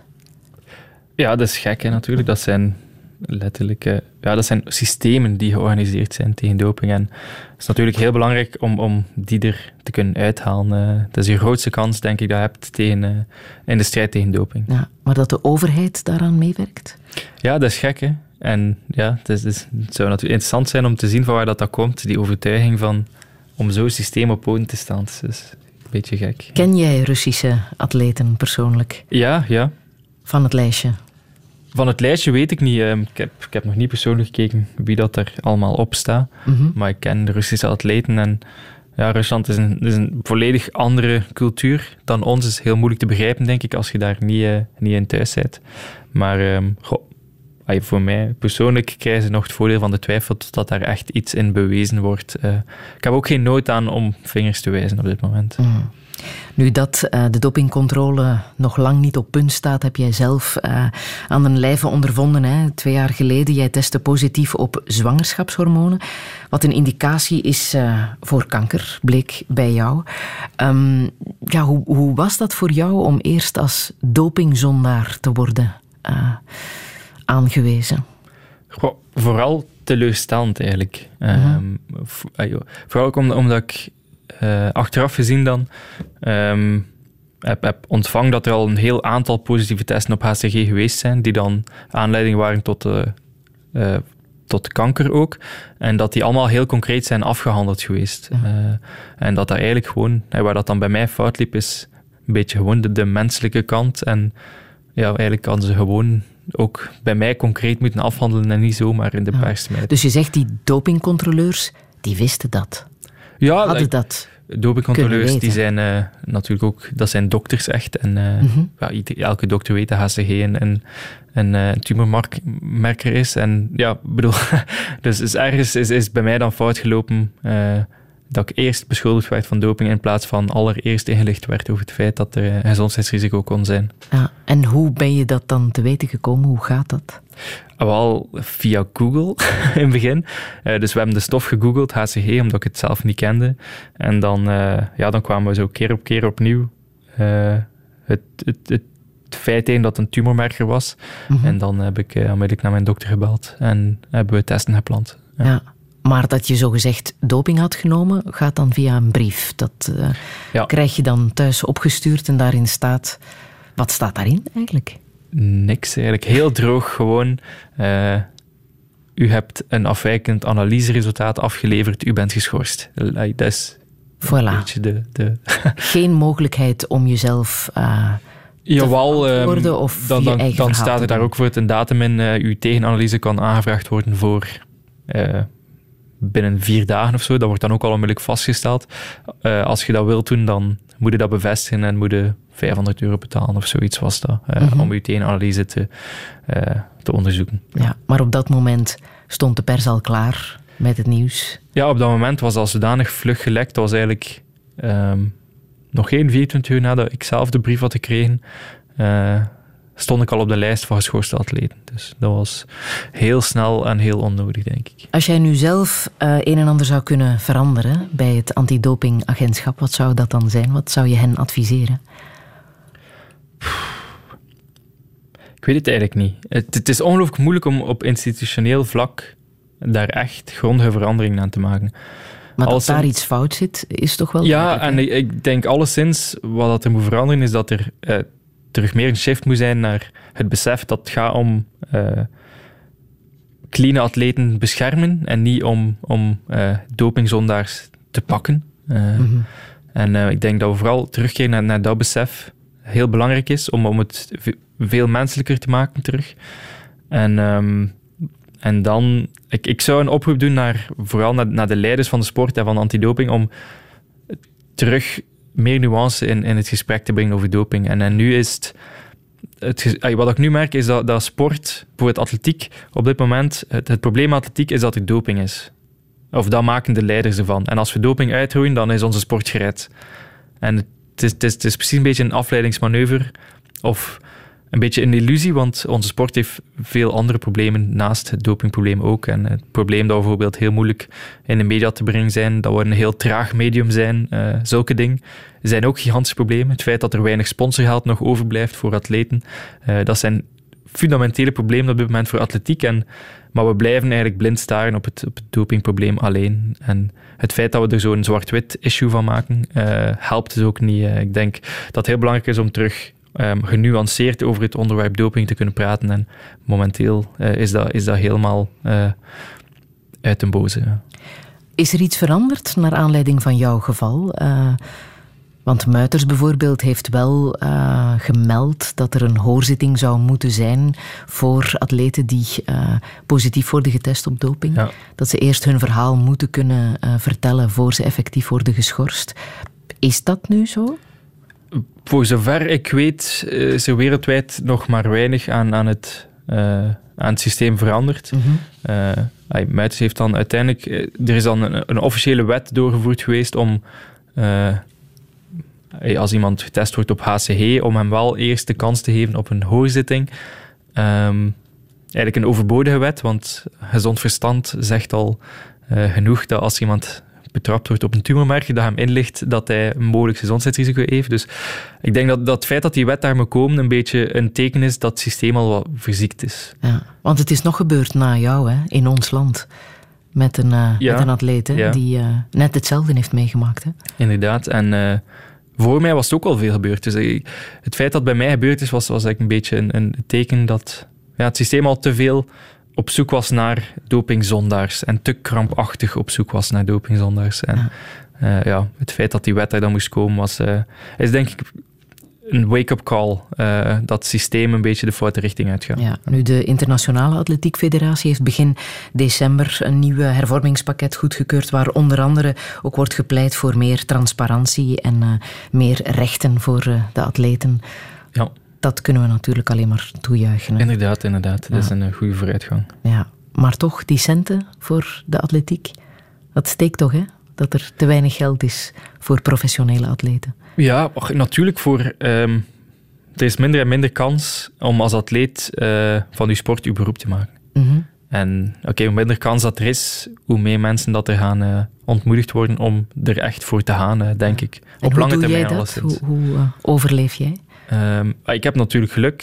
[SPEAKER 3] Ja, dat is gek, hè, natuurlijk. Dat zijn letterlijk dat zijn systemen die georganiseerd zijn tegen doping. En het is natuurlijk heel belangrijk om die er te kunnen uithalen. Dat is je grootste kans, denk ik, dat je hebt in de strijd tegen doping.
[SPEAKER 2] Ja, maar dat de overheid daaraan meewerkt?
[SPEAKER 3] Ja, dat is gek, hè. En ja, het zou natuurlijk interessant zijn om te zien van waar dat komt, die overtuiging van om zo'n systeem op poten te staan. Dus is een beetje gek.
[SPEAKER 2] Ken jij Russische atleten persoonlijk?
[SPEAKER 3] Ja.
[SPEAKER 2] Van het lijstje?
[SPEAKER 3] Van het lijstje weet ik niet. Ik heb nog niet persoonlijk gekeken wie dat er allemaal op staat.
[SPEAKER 2] Mm-hmm.
[SPEAKER 3] Maar ik ken de Russische atleten. En ja, Rusland is een volledig andere cultuur dan ons. Het is heel moeilijk te begrijpen, denk ik, als je daar niet in thuis bent. Maar voor mij persoonlijk krijgen ze nog het voordeel van de twijfel dat daar echt iets in bewezen wordt. Ik heb ook geen nood aan om vingers te wijzen op dit moment.
[SPEAKER 2] Nu dat de dopingcontrole nog lang niet op punt staat, heb jij zelf aan den lijve ondervonden. Hè? 2 jaar geleden, jij testte positief op zwangerschapshormonen. Wat een indicatie is voor kanker, bleek bij jou. Hoe was dat voor jou om eerst als dopingzondaar te worden aangewezen?
[SPEAKER 3] Vooral teleurstellend eigenlijk. Vooral ook omdat ik achteraf gezien dan heb ontvangen dat er al een heel aantal positieve testen op HCG geweest zijn, die dan aanleiding waren tot kanker ook. En dat die allemaal heel concreet zijn afgehandeld geweest. En dat eigenlijk gewoon, waar dat dan bij mij fout liep, is een beetje gewoon de menselijke kant. En ja, eigenlijk hadden ze gewoon ook bij mij concreet moeten afhandelen en niet zomaar in de pers smijten.
[SPEAKER 2] Dus je zegt, die dopingcontroleurs, die wisten dat?
[SPEAKER 3] Ja,
[SPEAKER 2] hadden dat
[SPEAKER 3] dopingcontroleurs, die zijn natuurlijk ook, dat zijn dokters echt. En elke dokter weet dat HCG een tumormarker is. En ja, bedoel, dus ergens is bij mij dan fout gelopen dat ik eerst beschuldigd werd van doping in plaats van allereerst ingelicht werd over het feit dat er een gezondheidsrisico kon zijn.
[SPEAKER 2] Ja, en hoe ben je dat dan te weten gekomen? Hoe gaat dat?
[SPEAKER 3] Wel via Google in het begin. Dus we hebben de stof gegoogeld, HCG, omdat ik het zelf niet kende. En dan kwamen we zo keer op keer opnieuw het feit in dat het een tumormarker was. En dan heb ik onmiddellijk naar mijn dokter gebeld en hebben we testen gepland.
[SPEAKER 2] Ja. Maar dat je zogezegd doping had genomen, gaat dan via een brief. Dat krijg je dan thuis opgestuurd en daarin staat... Wat staat daarin eigenlijk?
[SPEAKER 3] Niks eigenlijk. Heel droog gewoon. U hebt een afwijkend analyseresultaat afgeleverd. U bent geschorst. Dat is een beetje de...
[SPEAKER 2] Geen mogelijkheid om jezelf...
[SPEAKER 3] Jawel,
[SPEAKER 2] worden, of
[SPEAKER 3] dan staat er daar ook voor een datum in. Uw tegenanalyse kan aangevraagd worden voor... binnen 4 dagen of zo. Dat wordt dan ook al onmiddellijk vastgesteld. Als je dat wilt doen, dan moet je dat bevestigen en moet je €500 betalen of zoiets was dat. Om je tegenanalyse te onderzoeken.
[SPEAKER 2] Ja, maar op dat moment stond de pers al klaar met het nieuws?
[SPEAKER 3] Ja, op dat moment was al zodanig vlug gelekt. Dat was eigenlijk nog geen 24 uur nadat ik zelf de brief had gekregen. Stond ik al op de lijst van geschorste atleten. Dus dat was heel snel en heel onnodig, denk ik.
[SPEAKER 2] Als jij nu zelf een en ander zou kunnen veranderen bij het antidopingagentschap, wat zou dat dan zijn? Wat zou je hen adviseren?
[SPEAKER 3] Ik weet het eigenlijk niet. Het is ongelooflijk moeilijk om op institutioneel vlak daar echt grondige veranderingen aan te maken.
[SPEAKER 2] Maar als daar iets fout zit, is toch wel...
[SPEAKER 3] Ja, en ik denk alleszins wat er moet veranderen is dat er terug meer een shift moet zijn naar het besef dat het gaat om clean atleten beschermen en niet om dopingzondaars te pakken. En ik denk dat we vooral terugkeren naar dat besef heel belangrijk is om het veel menselijker te maken terug. En dan... Ik zou een oproep doen vooral naar de leiders van de sport en van antidoping om terug meer nuance in het gesprek te brengen over doping. En nu is wat ik nu merk is dat sport, bijvoorbeeld atletiek, op dit moment, het probleem met atletiek is dat er doping is. Of dat maken de leiders ervan. En als we doping uitroeien, dan is onze sport gered. En het is precies een beetje een afleidingsmanoeuvre of een beetje een illusie, want onze sport heeft veel andere problemen naast het dopingprobleem ook. En het probleem dat we bijvoorbeeld heel moeilijk in de media te brengen zijn, dat we een heel traag medium zijn, zulke dingen, zijn ook gigantische problemen. Het feit dat er weinig sponsorgeld nog overblijft voor atleten, dat zijn fundamentele problemen op dit moment voor atletiek. Maar we blijven eigenlijk blind staren op het dopingprobleem alleen. En het feit dat we er zo'n zwart-wit issue van maken, helpt dus ook niet. Ik denk dat het heel belangrijk is om terug genuanceerd over het onderwerp doping te kunnen praten. En momenteel is dat helemaal uit den boze. Ja.
[SPEAKER 2] Is er iets veranderd naar aanleiding van jouw geval? Want Muiters bijvoorbeeld heeft wel gemeld dat er een hoorzitting zou moeten zijn voor atleten die positief worden getest op doping. Ja. Dat ze eerst hun verhaal moeten kunnen vertellen voor ze effectief worden geschorst. Is dat nu zo? Voor
[SPEAKER 3] zover ik weet is er wereldwijd nog maar weinig aan het aan het systeem veranderd. Muiters heeft dan uiteindelijk... Er is dan een officiële wet doorgevoerd geweest om... als iemand getest wordt op HCG, om hem wel eerst de kans te geven op een hoorzitting. Eigenlijk een overbodige wet, want gezond verstand zegt al genoeg dat als iemand betrapt wordt op een tumormerk, dat hem inlicht dat hij een mogelijk gezondheidsrisico heeft. Dus ik denk dat het feit dat die wet daar moet komen een beetje een teken is dat het systeem al wat verziekt is.
[SPEAKER 2] Ja, want het is nog gebeurd na jou, hè, in ons land. Met een atleet die net hetzelfde heeft meegemaakt. Hè?
[SPEAKER 3] Inderdaad. En voor mij was het ook al veel gebeurd. Dus het feit dat het bij mij gebeurd is, was eigenlijk een beetje een teken dat het systeem al te veel op zoek was naar dopingzondaars en te krampachtig op zoek was naar dopingzondaars. En het feit dat die wet daar dan moest komen is denk ik een wake-up call dat het systeem een beetje de foute richting uitgaat.
[SPEAKER 2] Ja, nu de Internationale Atletiek Federatie heeft begin december een nieuw hervormingspakket goedgekeurd waar onder andere ook wordt gepleit voor meer transparantie en meer rechten voor de atleten.
[SPEAKER 3] Ja.
[SPEAKER 2] Dat kunnen we natuurlijk alleen maar toejuichen. Hè?
[SPEAKER 3] Inderdaad. Dat is een goede vooruitgang.
[SPEAKER 2] Ja, maar toch, die centen voor de atletiek, dat steekt toch, hè? Dat er te weinig geld is voor professionele atleten. Ja,
[SPEAKER 3] natuurlijk. Er is minder en minder kans om als atleet van je sport je beroep te maken.
[SPEAKER 2] Mm-hmm.
[SPEAKER 3] En hoe minder kans dat er is, hoe meer mensen dat er gaan ontmoedigd worden om er echt voor te gaan, denk ik.
[SPEAKER 2] En
[SPEAKER 3] op lange
[SPEAKER 2] termijn
[SPEAKER 3] alleszins.
[SPEAKER 2] Hoe overleef jij?
[SPEAKER 3] Ik heb natuurlijk geluk.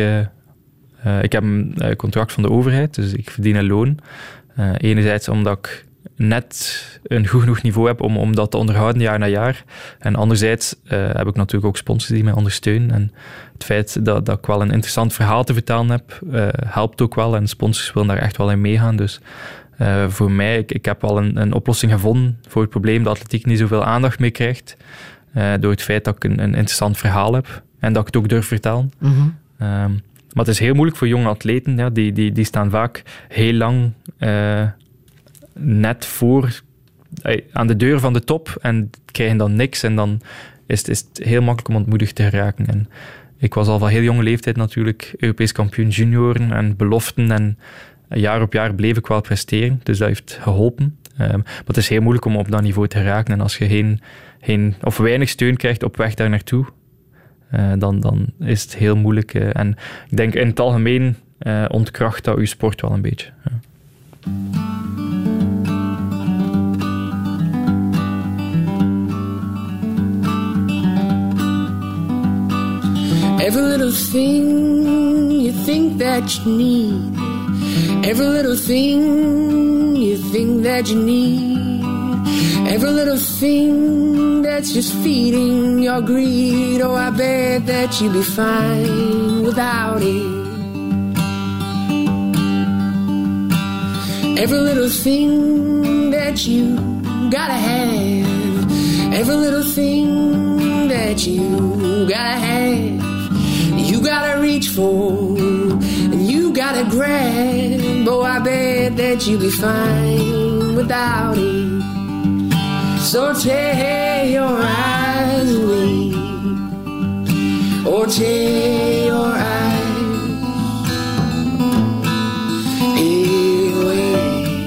[SPEAKER 3] Ik heb een contract van de overheid, dus ik verdien een loon. Enerzijds omdat ik net een goed genoeg niveau heb om dat te onderhouden jaar na jaar. En anderzijds heb ik natuurlijk ook sponsors die mij ondersteunen. En het feit dat ik wel een interessant verhaal te vertellen heb, helpt ook wel. En sponsors willen daar echt wel in meegaan. Dus voor mij, ik heb wel een oplossing gevonden voor het probleem dat atletiek niet zoveel aandacht mee krijgt. Door het feit dat ik een interessant verhaal heb. En dat ik het ook durf vertellen.
[SPEAKER 2] Mm-hmm.
[SPEAKER 3] Maar het is heel moeilijk voor jonge atleten. Ja, die staan vaak heel lang net voor aan de deur van de top en krijgen dan niks. En dan is het heel makkelijk om ontmoedigd te geraken. En ik was al van heel jonge leeftijd natuurlijk Europees kampioen junioren en beloften. En jaar op jaar bleef ik wel presteren. Dus dat heeft geholpen. Maar het is heel moeilijk om op dat niveau te geraken. En als je geen of weinig steun krijgt op weg daar naartoe, dan is het heel moeilijk. En ik denk in het algemeen ontkracht dat uw sport wel een beetje. Ja.
[SPEAKER 17] Every little thing you think that you need, every little thing you think that you need, every little thing that's just feeding your greed. Oh, I bet that you'd be fine without it. Every little thing that you gotta have, every little thing that you gotta have, you gotta reach for and you gotta grab. Oh, I bet that you'd be fine without it. So tear your eyes away, or tear your eyes away.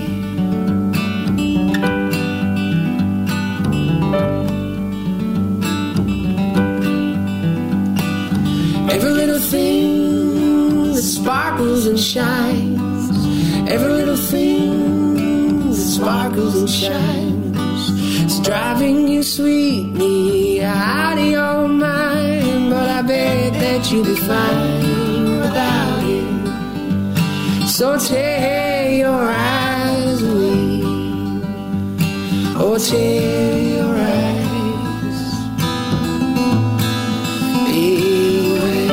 [SPEAKER 17] Every little thing that sparkles and shines, every little thing that sparkles and shines, it's driving you sweetly out of your mind. But I bet that you'll be fine without it. So tear your eyes away, or tear your eyes away.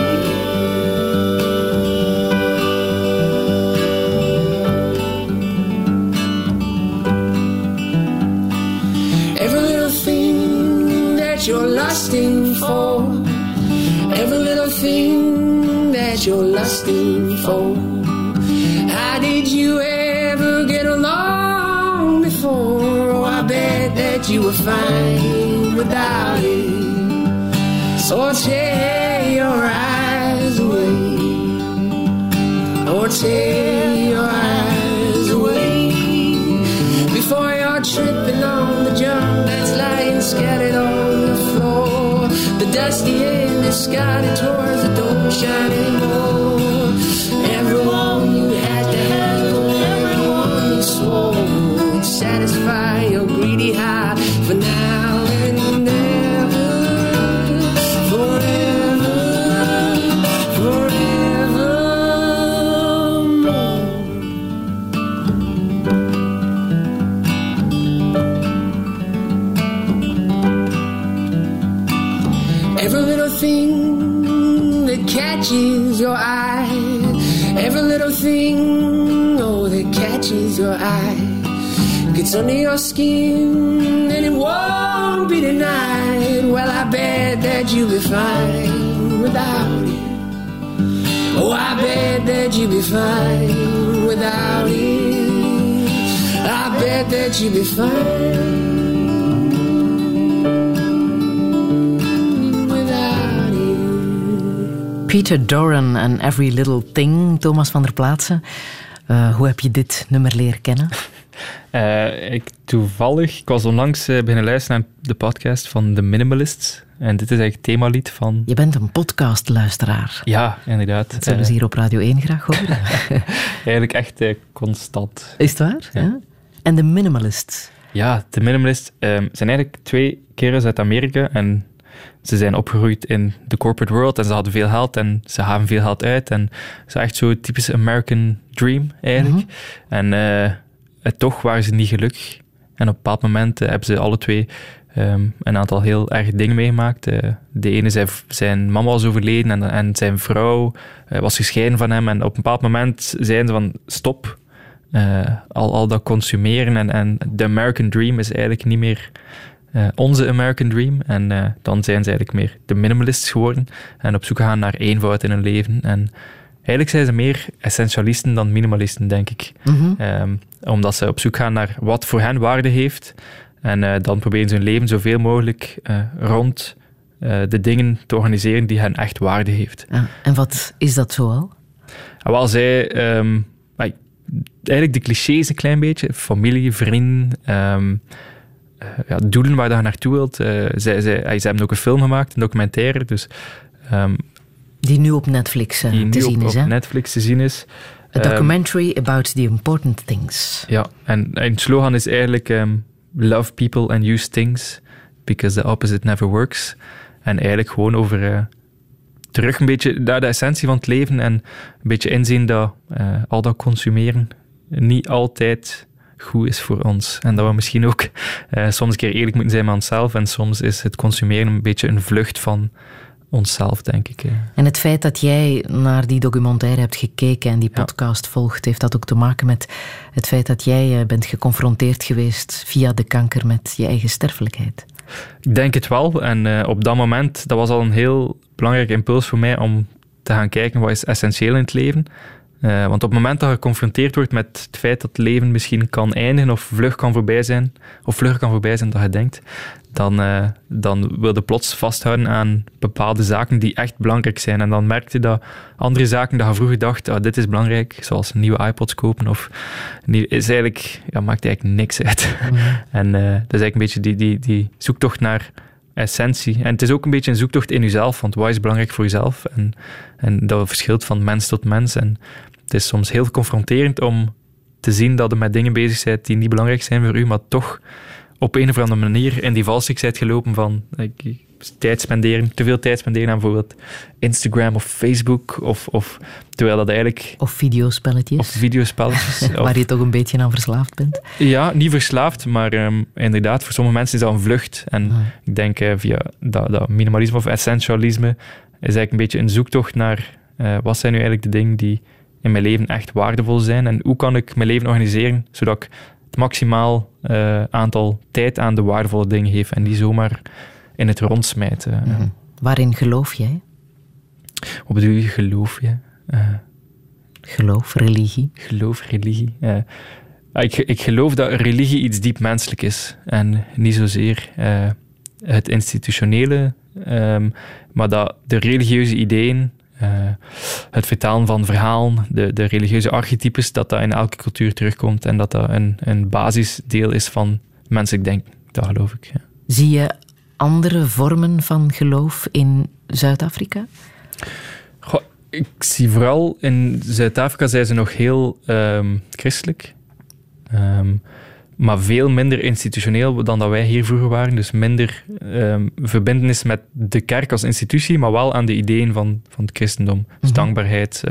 [SPEAKER 17] Every little thing that you're lusting for, every little thing that you're lusting for. How did you ever get along before? Oh, I bet that you were fine without it. So tear your eyes away, tear your eyes away before you're tripping on the junk that's lying scattered on the floor. The dusty end is scattered towards the don't shine anymore. Everyone you had to have, everyone you swore would satisfy your greedy heart for now and never, forever, forevermore. Every little thing that catches your eye, every little thing, oh, that catches your eye, gets under your skin and it won't be denied. Well, I bet that you'll be fine without it. Oh, I bet that you'll be fine without it. I bet that you'll be fine.
[SPEAKER 2] Peter Doran en Every Little Thing, Thomas van der Plaatse. Hoe heb je dit nummer leren kennen?
[SPEAKER 3] Ik was onlangs beginnen luisteren naar de podcast van The Minimalists. En dit is eigenlijk het themalied van...
[SPEAKER 2] Je bent een podcastluisteraar.
[SPEAKER 3] Ja, inderdaad.
[SPEAKER 2] Dat zullen ze hier op Radio 1 graag horen.
[SPEAKER 3] Eigenlijk echt constant.
[SPEAKER 2] Is het waar? Ja. En The Minimalists?
[SPEAKER 3] Ja, The Minimalists zijn eigenlijk 2 kerels uit Amerika en... Ze zijn opgegroeid in de corporate world en ze hadden veel geld en ze gaven veel geld uit. En ze echt zo'n typische American dream eigenlijk. Mm-hmm. En toch waren ze niet gelukkig. En op een bepaald moment hebben ze alle 2 een aantal heel erg dingen meegemaakt. De ene, zijn mama was overleden en zijn vrouw was gescheiden van hem. En op een bepaald moment zeiden ze van stop. Al dat consumeren en de American dream is eigenlijk niet meer... onze American Dream. En dan zijn ze eigenlijk meer de minimalists geworden en op zoek gaan naar eenvoud in hun leven. En eigenlijk zijn ze meer essentialisten dan minimalisten, denk ik. Mm-hmm. Omdat ze op zoek gaan naar wat voor hen waarde heeft. En dan proberen ze hun leven zoveel mogelijk rond de dingen te organiseren die hen echt waarde heeft.
[SPEAKER 2] Ja, en wat is dat zoal?
[SPEAKER 3] Wel, zij... eigenlijk de clichés een klein beetje. Familie, vrienden... doelen waar je naartoe wilt. Ze hebben ook een film gemaakt, een documentaire. Dus,
[SPEAKER 2] die nu op Netflix te zien is.
[SPEAKER 3] Op Netflix te zien is.
[SPEAKER 2] A documentary about the important things.
[SPEAKER 3] Ja, en het slogan is eigenlijk love people and use things because the opposite never works. En eigenlijk gewoon over terug een beetje naar de essentie van het leven en een beetje inzien dat al dat consumeren niet altijd... goed is voor ons. En dat we misschien ook soms een keer eerlijk moeten zijn met onszelf en soms is het consumeren een beetje een vlucht van onszelf, denk ik.
[SPEAKER 2] En het feit dat jij naar die documentaire hebt gekeken en die podcast volgt, heeft dat ook te maken met het feit dat jij bent geconfronteerd geweest via de kanker met je eigen sterfelijkheid?
[SPEAKER 3] Ik denk het wel. En op dat moment, dat was al een heel belangrijk impuls voor mij om te gaan kijken wat is essentieel in het leven. Want op het moment dat je geconfronteerd wordt met het feit dat het leven misschien kan eindigen of vlug kan voorbij zijn, of vlugger kan voorbij zijn dan je denkt, dan wil je plots vasthouden aan bepaalde zaken die echt belangrijk zijn. En dan merk je dat andere zaken dat je vroeger dacht, dit is belangrijk, zoals een nieuwe iPods kopen, is eigenlijk, maakt eigenlijk niks uit. Mm-hmm. En dat is eigenlijk een beetje die zoektocht naar essentie. En het is ook een beetje een zoektocht in jezelf, want wat is belangrijk voor jezelf? En dat verschilt van mens tot mens. En het is soms heel confronterend om te zien dat je met dingen bezig bent die niet belangrijk zijn voor u, maar toch op een of andere manier in die valstrik bent gelopen van tijd spenderen, te veel tijd spenderen aan bijvoorbeeld Instagram of Facebook, of terwijl dat eigenlijk...
[SPEAKER 2] Of videospelletjes. Waar je toch een beetje aan verslaafd bent.
[SPEAKER 3] Ja, niet verslaafd, maar inderdaad, voor sommige mensen is dat een vlucht. En ik denk via dat minimalisme of essentialisme is eigenlijk een beetje een zoektocht naar wat zijn nu eigenlijk de dingen die in mijn leven echt waardevol zijn en hoe kan ik mijn leven organiseren zodat ik het maximaal aantal tijd aan de waardevolle dingen geef en die zomaar in het rond smijt.
[SPEAKER 2] Mm-hmm. Waarin geloof jij?
[SPEAKER 3] Wat bedoel je, geloof je?
[SPEAKER 2] Geloof, religie?
[SPEAKER 3] Geloof, religie. Ik geloof dat religie iets diep menselijk is en niet zozeer het institutionele, maar dat de religieuze ideeën het vertalen van verhalen, de religieuze archetypes, dat in elke cultuur terugkomt en dat een basisdeel is van menselijk denken. Dat geloof ik. Ja.
[SPEAKER 2] Zie je andere vormen van geloof in Zuid-Afrika?
[SPEAKER 3] Goh, ik zie vooral in Zuid-Afrika zijn ze nog heel christelijk. Maar veel minder institutioneel dan dat wij hier vroeger waren. Dus minder verbintenis met de kerk als institutie, maar wel aan de ideeën van het christendom. Dus dankbaarheid,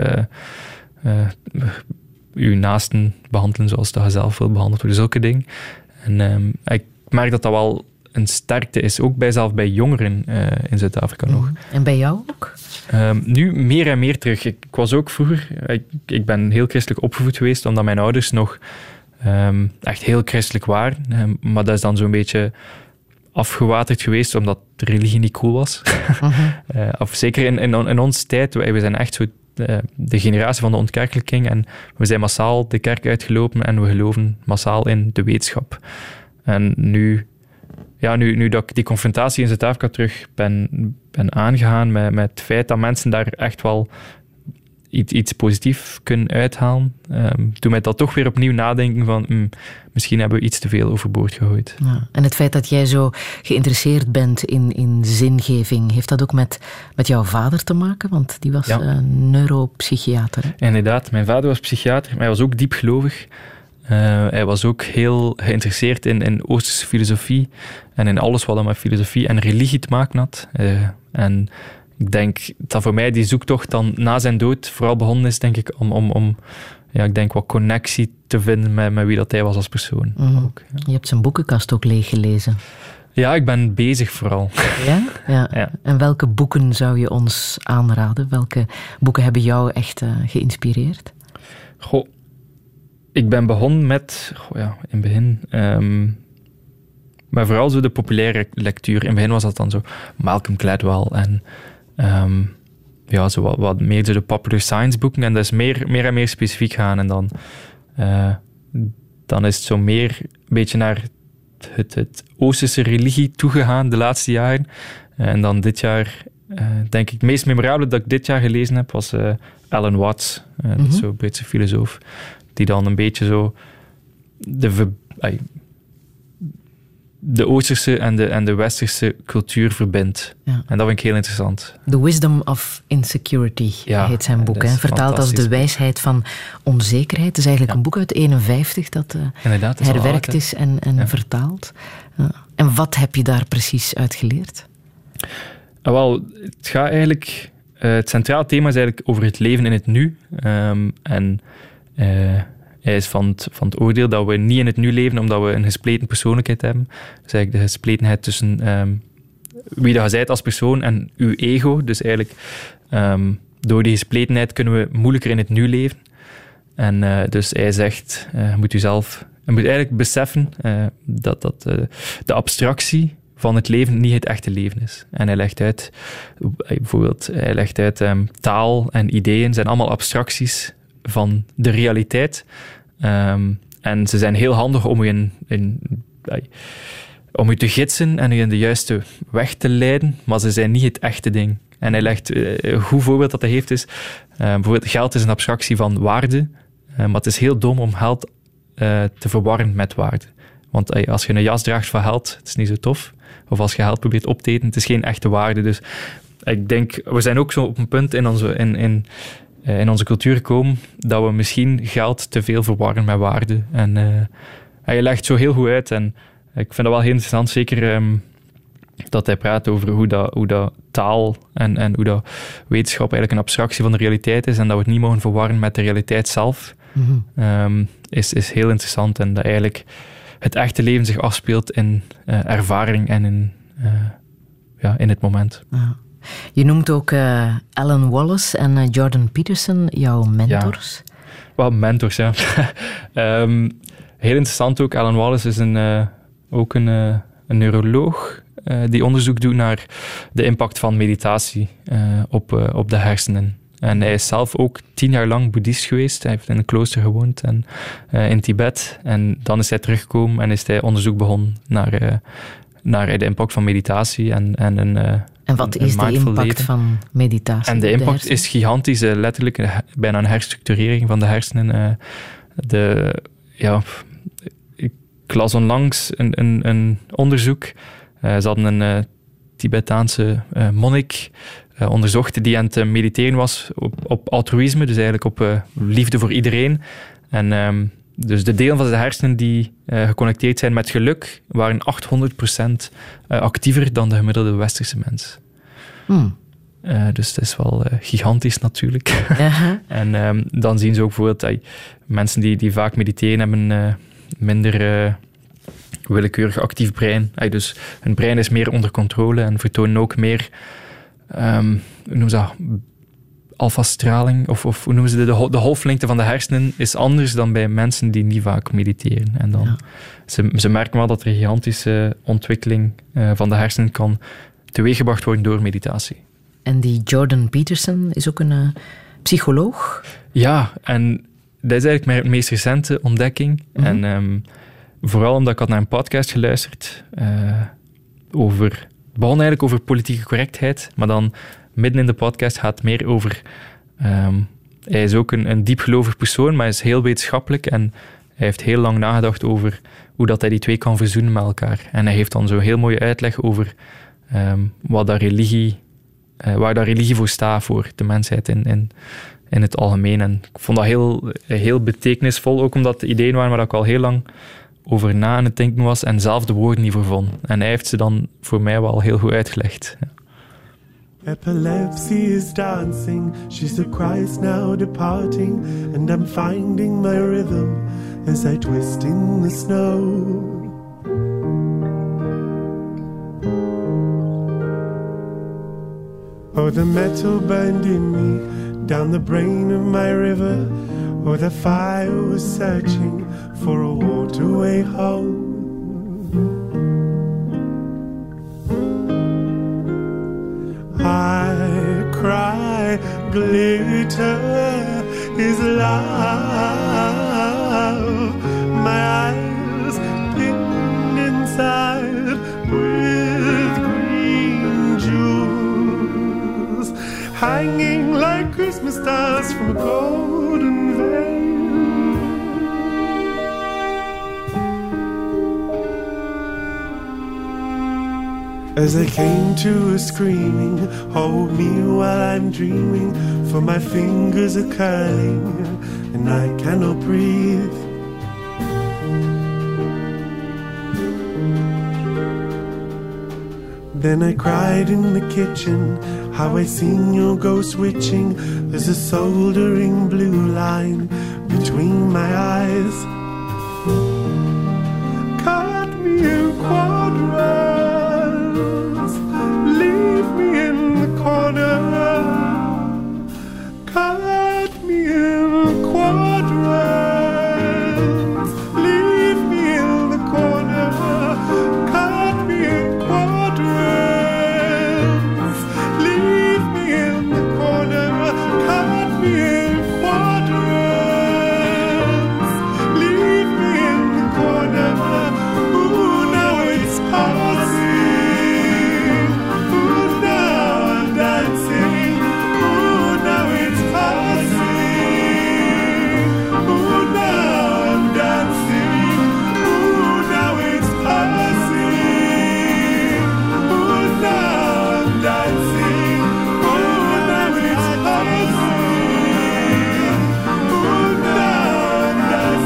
[SPEAKER 3] uw naasten behandelen zoals dat je zelf wilt behandeld worden, zulke dingen. En ik merk dat wel een sterkte is, ook bij jongeren in Zuid-Afrika nog.
[SPEAKER 2] En bij jou ook?
[SPEAKER 3] Nu meer en meer terug. Ik was ook vroeger... Ik ben heel christelijk opgevoed geweest, omdat mijn ouders nog echt heel christelijk waren. Maar dat is dan zo'n beetje afgewaterd geweest, omdat de religie niet cool was. Of zeker in onze tijd, we zijn echt zo de generatie van de ontkerkelijking en we zijn massaal de kerk uitgelopen en we geloven massaal in de wetenschap. En nu dat ik die confrontatie in Zuid-Afrika terug ben aangegaan met het feit dat mensen daar echt wel iets positiefs kunnen uithalen, doet mij dat toch weer opnieuw nadenken van misschien hebben we iets te veel overboord gegooid.
[SPEAKER 2] Ja, en het feit dat jij zo geïnteresseerd bent in zingeving, heeft dat ook met jouw vader te maken? Want die was neuropsychiater. Hè?
[SPEAKER 3] Inderdaad, mijn vader was psychiater, maar hij was ook diepgelovig. Hij was ook heel geïnteresseerd in Oosterse filosofie en in alles wat met filosofie en religie te maken had. En ik denk dat voor mij die zoektocht dan na zijn dood vooral begonnen is, denk ik, om ik denk wat connectie te vinden met wie dat hij was als persoon. Ook, ja.
[SPEAKER 2] Je hebt zijn boekenkast ook leeggelezen.
[SPEAKER 3] Ja, ik ben bezig vooral.
[SPEAKER 2] Ja? Ja. En welke boeken zou je ons aanraden? Welke boeken hebben jou echt geïnspireerd?
[SPEAKER 3] Goh, ik ben begonnen met, in het begin, maar vooral zo de populaire lectuur. In het begin was dat dan zo Malcolm Gladwell en zo wat meer zo de popular science boeken. En dat is meer en meer specifiek gaan. En dan is het zo meer een beetje naar het Oosterse religie toegegaan de laatste jaren. En dan dit jaar, denk ik, het meest memorabele dat ik dit jaar gelezen heb, was Alan Watts, zo'n Britse filosoof, die dan een beetje zo de Oosterse en de Westerse cultuur verbindt. Ja. En dat vind ik heel interessant.
[SPEAKER 2] The Wisdom of Insecurity heet zijn boek. Vertaald als De Wijsheid van Onzekerheid. Het is eigenlijk een boek uit 1951 dat herwerkt is en vertaald. En wat heb je daar precies uit geleerd?
[SPEAKER 3] Wel, het gaat eigenlijk... het centraal thema is eigenlijk over het leven in het nu. Hij is van het oordeel dat we niet in het nu leven omdat we een gespleten persoonlijkheid hebben. Dus eigenlijk de gespletenheid tussen wie dat je bent als persoon en uw ego. Dus eigenlijk door die gespletenheid kunnen we moeilijker in het nu leven. En dus hij zegt, je moet eigenlijk beseffen dat de abstractie van het leven niet het echte leven is. En hij legt uit, bijvoorbeeld, taal en ideeën zijn allemaal abstracties van de realiteit. En ze zijn heel handig om u te gidsen en u in de juiste weg te leiden, maar ze zijn niet het echte ding. En hij legt, een goed voorbeeld dat hij heeft is, bijvoorbeeld geld is een abstractie van waarde, maar het is heel dom om geld te verwarren met waarde. Want als je een jas draagt van geld, het is niet zo tof. Of als je geld probeert op te eten, het is geen echte waarde. Dus ik denk, we zijn ook zo op een punt in onze cultuur gekomen dat we misschien geld te veel verwarren met waarde. En hij legt zo heel goed uit. En ik vind dat wel heel interessant, zeker dat hij praat over hoe dat taal en hoe dat wetenschap eigenlijk een abstractie van de realiteit is en dat we het niet mogen verwarren met de realiteit zelf. Is heel interessant. En dat eigenlijk het echte leven zich afspeelt in ervaring en in het moment.
[SPEAKER 2] Ja. Je noemt ook Alan Wallace en Jordan Peterson jouw mentors.
[SPEAKER 3] Ja. Wel, mentors, ja. Heel interessant ook. Alan Wallace is ook een neuroloog die onderzoek doet naar de impact van meditatie op de hersenen. En hij is zelf ook 10 jaar lang boeddhist geweest. Hij heeft in een klooster gewoond in Tibet. En dan is hij teruggekomen en is hij onderzoek begonnen naar de impact van meditatie en
[SPEAKER 2] En wat is de impact van meditatie?
[SPEAKER 3] En de impact is gigantisch, letterlijk bijna een herstructurering van de hersenen. Ik las onlangs een onderzoek. Ze hadden een Tibetaanse monnik onderzocht die aan het mediteren was op altruïsme, dus eigenlijk op liefde voor iedereen. En dus de delen van de hersenen die geconnecteerd zijn met geluk waren 800% actiever dan de gemiddelde westerse mens. Dus het is wel gigantisch natuurlijk. En dan zien ze ook bijvoorbeeld mensen die vaak mediteren hebben minder willekeurig actief brein. Dus hun brein is meer onder controle en vertonen ook meer hoe noemen ze dat? Alfa-straling, of hoe noemen ze de golflengte van de hersenen is anders dan bij mensen die niet vaak mediteren. En dan, ze merken wel dat er een gigantische ontwikkeling van de hersenen kan teweeggebracht worden door meditatie.
[SPEAKER 2] En die Jordan Peterson is ook een psycholoog? Ja,
[SPEAKER 3] en dat is eigenlijk mijn meest recente ontdekking. Mm-hmm. En vooral omdat ik had naar een podcast geluisterd het begon eigenlijk over politieke correctheid, maar dan midden in de podcast gaat het meer over... hij is ook een diepgelovig persoon, maar hij is heel wetenschappelijk en hij heeft heel lang nagedacht over hoe dat hij die twee kan verzoenen met elkaar. En hij heeft dan zo'n heel mooie uitleg over waar dat religie voor staat voor de mensheid in het algemeen. En ik vond dat heel betekenisvol, ook omdat de ideeën waren waar ik al heel lang over na aan het denken was en zelf de woorden niet voor vond. En hij heeft ze dan voor mij wel heel goed uitgelegd. Ja.
[SPEAKER 18] Epilepsy is dancing, she's the Christ now departing, and I'm finding my rhythm as I twist in the snow. Oh, the metal burned in me, down the brain of my river. Oh, the fire was searching for a waterway home. I cry, glitter is love. My eyes pinned inside with green jewels, hanging like Christmas stars from a golden veil. As I came to a screaming, hold me while I'm dreaming, for my fingers are curling and I cannot breathe. Then I cried in the kitchen, how I seen your ghost witching. There's a soldering blue line between my eyes. Cut me in quadrants, leave me in the corner. Cut me in quadrants, leave me in the corner. Cut me in quadrants, leave me in the corner. Cut me in quadrants, leave me in the corner. Ooh, now it's passing. Ooh, now I'm dancing. Ooh, now it's passing. Ooh, now I'm dancing. Ooh, now it's passing. Ooh, now I'm dancing. Ooh, now it's passing. Ooh, now I'm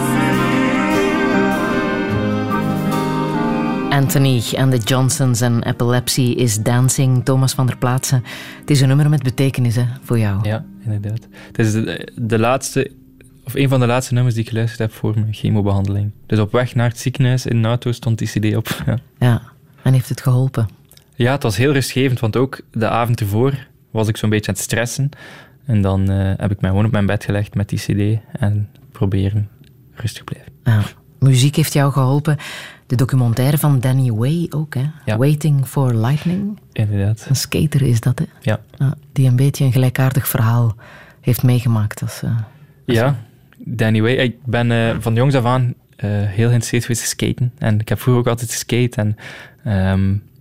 [SPEAKER 18] dancing.
[SPEAKER 2] Anthony en de Johnsons en Epilepsy is Dancing. Thomas van der Plaatsen. Het is een nummer met betekenis, hè, voor jou.
[SPEAKER 3] Ja, inderdaad. Het is de laatste, of een van de laatste nummers die ik geluisterd heb voor mijn chemobehandeling. Dus op weg naar het ziekenhuis in NATO stond die cd op. Ja.
[SPEAKER 2] Ja, en heeft het geholpen?
[SPEAKER 3] Ja, het was heel rustgevend, want ook de avond ervoor was ik zo'n beetje aan het stressen. En dan heb ik mij gewoon op mijn bed gelegd met die cd en proberen rustig blijven.
[SPEAKER 2] Ja, muziek heeft jou geholpen. De documentaire van Danny Way ook, hè?
[SPEAKER 3] Ja.
[SPEAKER 2] Waiting for Lightning.
[SPEAKER 3] Inderdaad.
[SPEAKER 2] Een skater is dat, hè?
[SPEAKER 3] Ja.
[SPEAKER 2] Die een beetje een gelijkaardig verhaal heeft meegemaakt.
[SPEAKER 3] Ja, Danny Way. Ik ben van jongs af aan heel geïnteresseerd geweest in skaten. En ik heb vroeger ook altijd geskate. En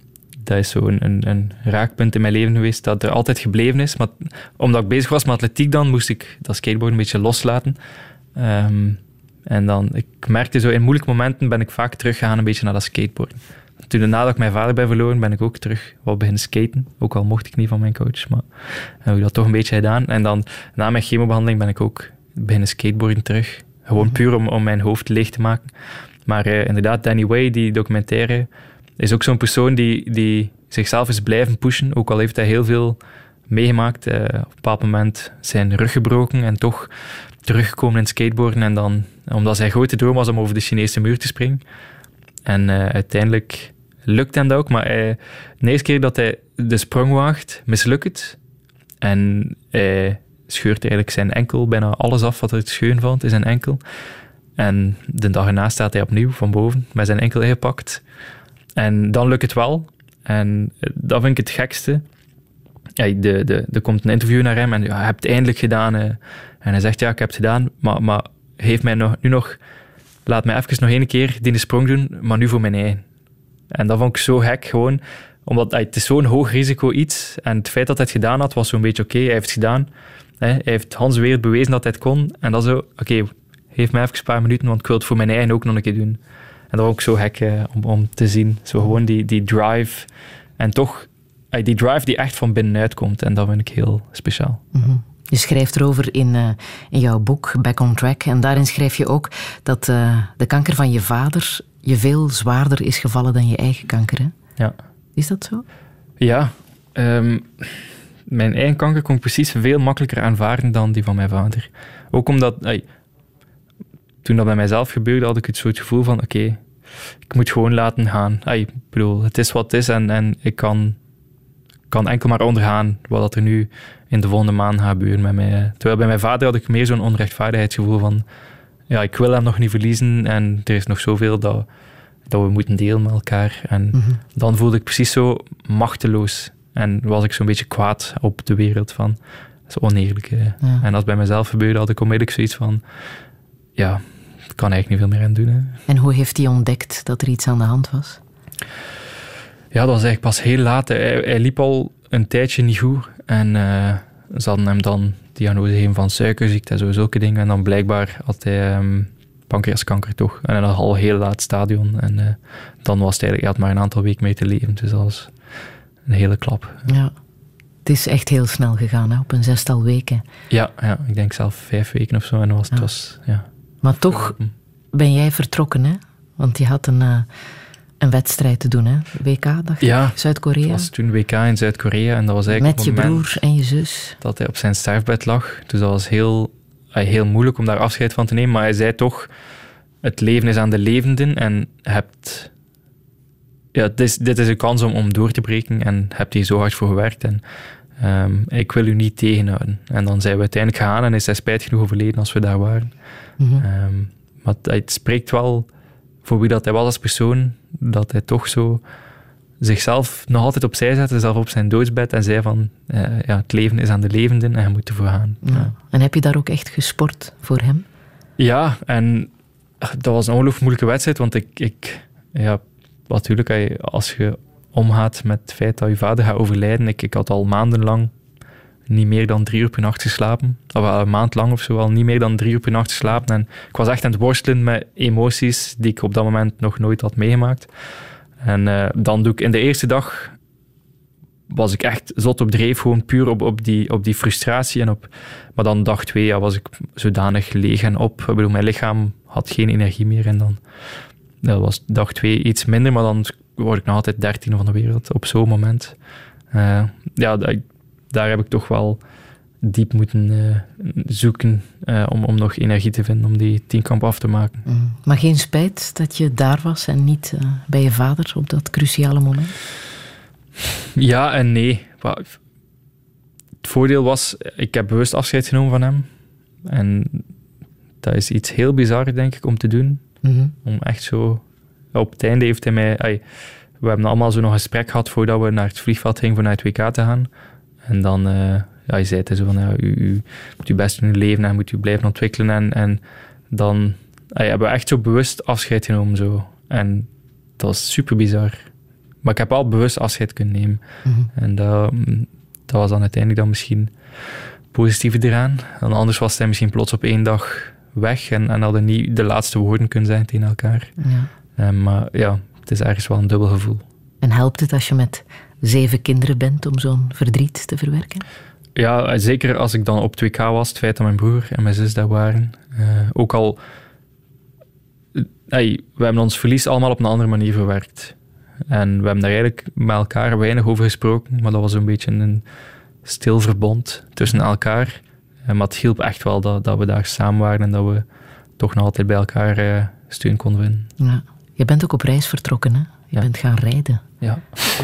[SPEAKER 3] dat is zo een raakpunt in mijn leven geweest dat er altijd gebleven is. Maar omdat ik bezig was met atletiek dan, moest ik dat skateboard een beetje loslaten. En dan, ik merkte zo, in moeilijke momenten ben ik vaak teruggegaan een beetje naar dat skateboard. Toen nadat ik mijn vader ben verloren, ben ik ook terug wat beginnen skaten. Ook al mocht ik niet van mijn coach, maar heb ik dat toch een beetje gedaan. En dan, na mijn chemobehandeling, ben ik ook beginnen skateboarden terug. Gewoon puur om mijn hoofd leeg te maken. Maar inderdaad, Danny Way, die documentaire, is ook zo'n persoon die zichzelf is blijven pushen. Ook al heeft hij heel veel meegemaakt. Op een bepaald moment zijn rug gebroken en toch teruggekomen in skateboarden. En dan, omdat zijn grote droom was om over de Chinese muur te springen. En uiteindelijk lukt hem dat ook. Maar de eerste keer dat hij de sprong waagt, mislukt het. En hij scheurt eigenlijk zijn enkel, bijna alles af wat er te scheuren valt in zijn enkel. En de dag erna staat hij opnieuw van boven met zijn enkel ingepakt. En dan lukt het wel. En dat vind ik het gekste. Ja, er komt een interview naar hem en je hebt het eindelijk gedaan. En hij zegt, ja, ik heb het gedaan, maar geef mij nu nog... Laat mij even nog één keer die sprong doen, maar nu voor mijn eigen. En dat vond ik zo gek, gewoon. Omdat het is zo'n hoog risico iets. En het feit dat hij het gedaan had, was zo'n beetje oké. Hij heeft het gedaan. Hij heeft Hans weer bewezen dat hij het kon. En dan zo, oké, geef mij even een paar minuten, want ik wil het voor mijn eigen ook nog een keer doen. En dat vond ik zo gek om te zien. Zo gewoon die drive. En toch, die drive die echt van binnenuit komt. En dat vind ik heel speciaal.
[SPEAKER 2] Mm-hmm. Je schrijft erover in jouw boek Back on Track. En daarin schrijf je ook dat de kanker van je vader je veel zwaarder is gevallen dan je eigen kanker. Hè?
[SPEAKER 3] Ja.
[SPEAKER 2] Is dat zo?
[SPEAKER 3] Ja. Mijn eigen kanker kon ik precies veel makkelijker aanvaarden dan die van mijn vader. Ook omdat... toen dat bij mijzelf gebeurde, had ik het gevoel van... Oké, ik moet gewoon laten gaan. Ik bedoel, het is wat het is en ik kan enkel maar ondergaan wat er nu in de volgende maand gaat gebeuren met mij. Terwijl bij mijn vader had ik meer zo'n onrechtvaardigheidsgevoel van... Ja, ik wil hem nog niet verliezen en er is nog zoveel dat we moeten delen met elkaar. En dan voelde ik precies zo machteloos. En was ik zo'n beetje kwaad op de wereld van... Dat is oneerlijk. Ja. En als het bij mezelf gebeurde, had ik onmiddellijk zoiets van... Ja, ik kan eigenlijk niet veel meer aan doen. Hè.
[SPEAKER 2] En hoe heeft hij ontdekt dat er iets aan de hand was?
[SPEAKER 3] Ja, dat was eigenlijk pas heel laat. Hij liep al een tijdje niet goed. En ze hadden hem dan diagnose gegeven van suikerziekte en zulke dingen. En dan blijkbaar had hij pancreaskanker toch. En in een al heel laat stadion. En dan was het eigenlijk... Hij had maar een aantal weken mee te leven. Dus dat was een hele klap.
[SPEAKER 2] Ja. Het is echt heel snel gegaan, hè? Op een 6-tal weken.
[SPEAKER 3] Ja, ik denk zelf 5 weken of zo. En het was...
[SPEAKER 2] Maar toch ben jij vertrokken, hè? Want je had een wedstrijd te doen, hè? WK, dacht ik? Zuid-Korea.
[SPEAKER 3] Het was toen WK in Zuid-Korea. En dat was eigenlijk
[SPEAKER 2] met je broer en je zus.
[SPEAKER 3] Dat hij op zijn sterfbed lag. Dus dat was heel moeilijk om daar afscheid van te nemen. Maar hij zei toch, het leven is aan de levenden en dit is een kans om door te breken en hebt hier zo hard voor gewerkt en ik wil u niet tegenhouden. En dan zijn we uiteindelijk gegaan en is hij spijt genoeg overleden als we daar waren. Maar het spreekt wel voor wie dat hij was als persoon, dat hij toch zo zichzelf nog altijd opzij zette, zelf op zijn doodsbed en zei van het leven is aan de levenden en je moet ervoor gaan.
[SPEAKER 2] Ja. En heb je daar ook echt gesport voor hem?
[SPEAKER 3] Ja, en dat was een ongelooflijk moeilijke wedstrijd, want natuurlijk, als je omgaat met het feit dat je vader gaat overlijden, ik had al maandenlang niet meer dan 3 uur per nacht geslapen. Of wel een maand lang of zo, al niet meer dan 3 uur per nacht geslapen. En ik was echt aan het worstelen met emoties die ik op dat moment nog nooit had meegemaakt. En dan doe ik in de eerste dag... was ik echt zot op dreef, gewoon puur op die frustratie. Maar dan dag 2 was ik zodanig leeg en op. Ik bedoel, mijn lichaam had geen energie meer. En dan dat was dag 2 iets minder, maar dan word ik nog altijd 13e van de wereld op zo'n moment. Daar heb ik toch wel diep moeten zoeken om nog energie te vinden om die 10-kamp af te maken.
[SPEAKER 2] Maar geen spijt dat je daar was en niet bij je vader op dat cruciale moment?
[SPEAKER 3] Ja en nee. Het voordeel was, ik heb bewust afscheid genomen van hem. En dat is iets heel bizar, denk ik, om te doen. Om echt zo... Op het einde heeft hij mij... we hebben allemaal zo nog een gesprek gehad voordat we naar het vliegveld gingen voor naar het WK te gaan. En dan... hij zei het zo van... u moet uw best in uw leven en moet u blijven ontwikkelen. En dan hebben we echt zo bewust afscheid genomen. Zo. En dat was super bizar. Maar ik heb wel bewust afscheid kunnen nemen. En dat was dan uiteindelijk dan misschien positief eraan. En anders was hij misschien plots op 1 dag weg en hadden niet de laatste woorden kunnen zijn tegen elkaar.
[SPEAKER 2] Ja.
[SPEAKER 3] Maar ja, het is ergens wel een dubbel gevoel.
[SPEAKER 2] En helpt het als je met 7 kinderen bent om zo'n verdriet te verwerken?
[SPEAKER 3] Ja, zeker als ik dan op 2K was, het feit dat mijn broer en mijn zus daar waren. Ook al... we hebben ons verlies allemaal op een andere manier verwerkt. En we hebben daar eigenlijk met elkaar weinig over gesproken, maar dat was een beetje een stil verbond tussen elkaar. Maar het hielp echt wel dat we daar samen waren en dat we toch nog altijd bij elkaar steun konden vinden.
[SPEAKER 2] Ja. Je bent ook op reis vertrokken, hè? Je bent gaan rijden.
[SPEAKER 3] Ja.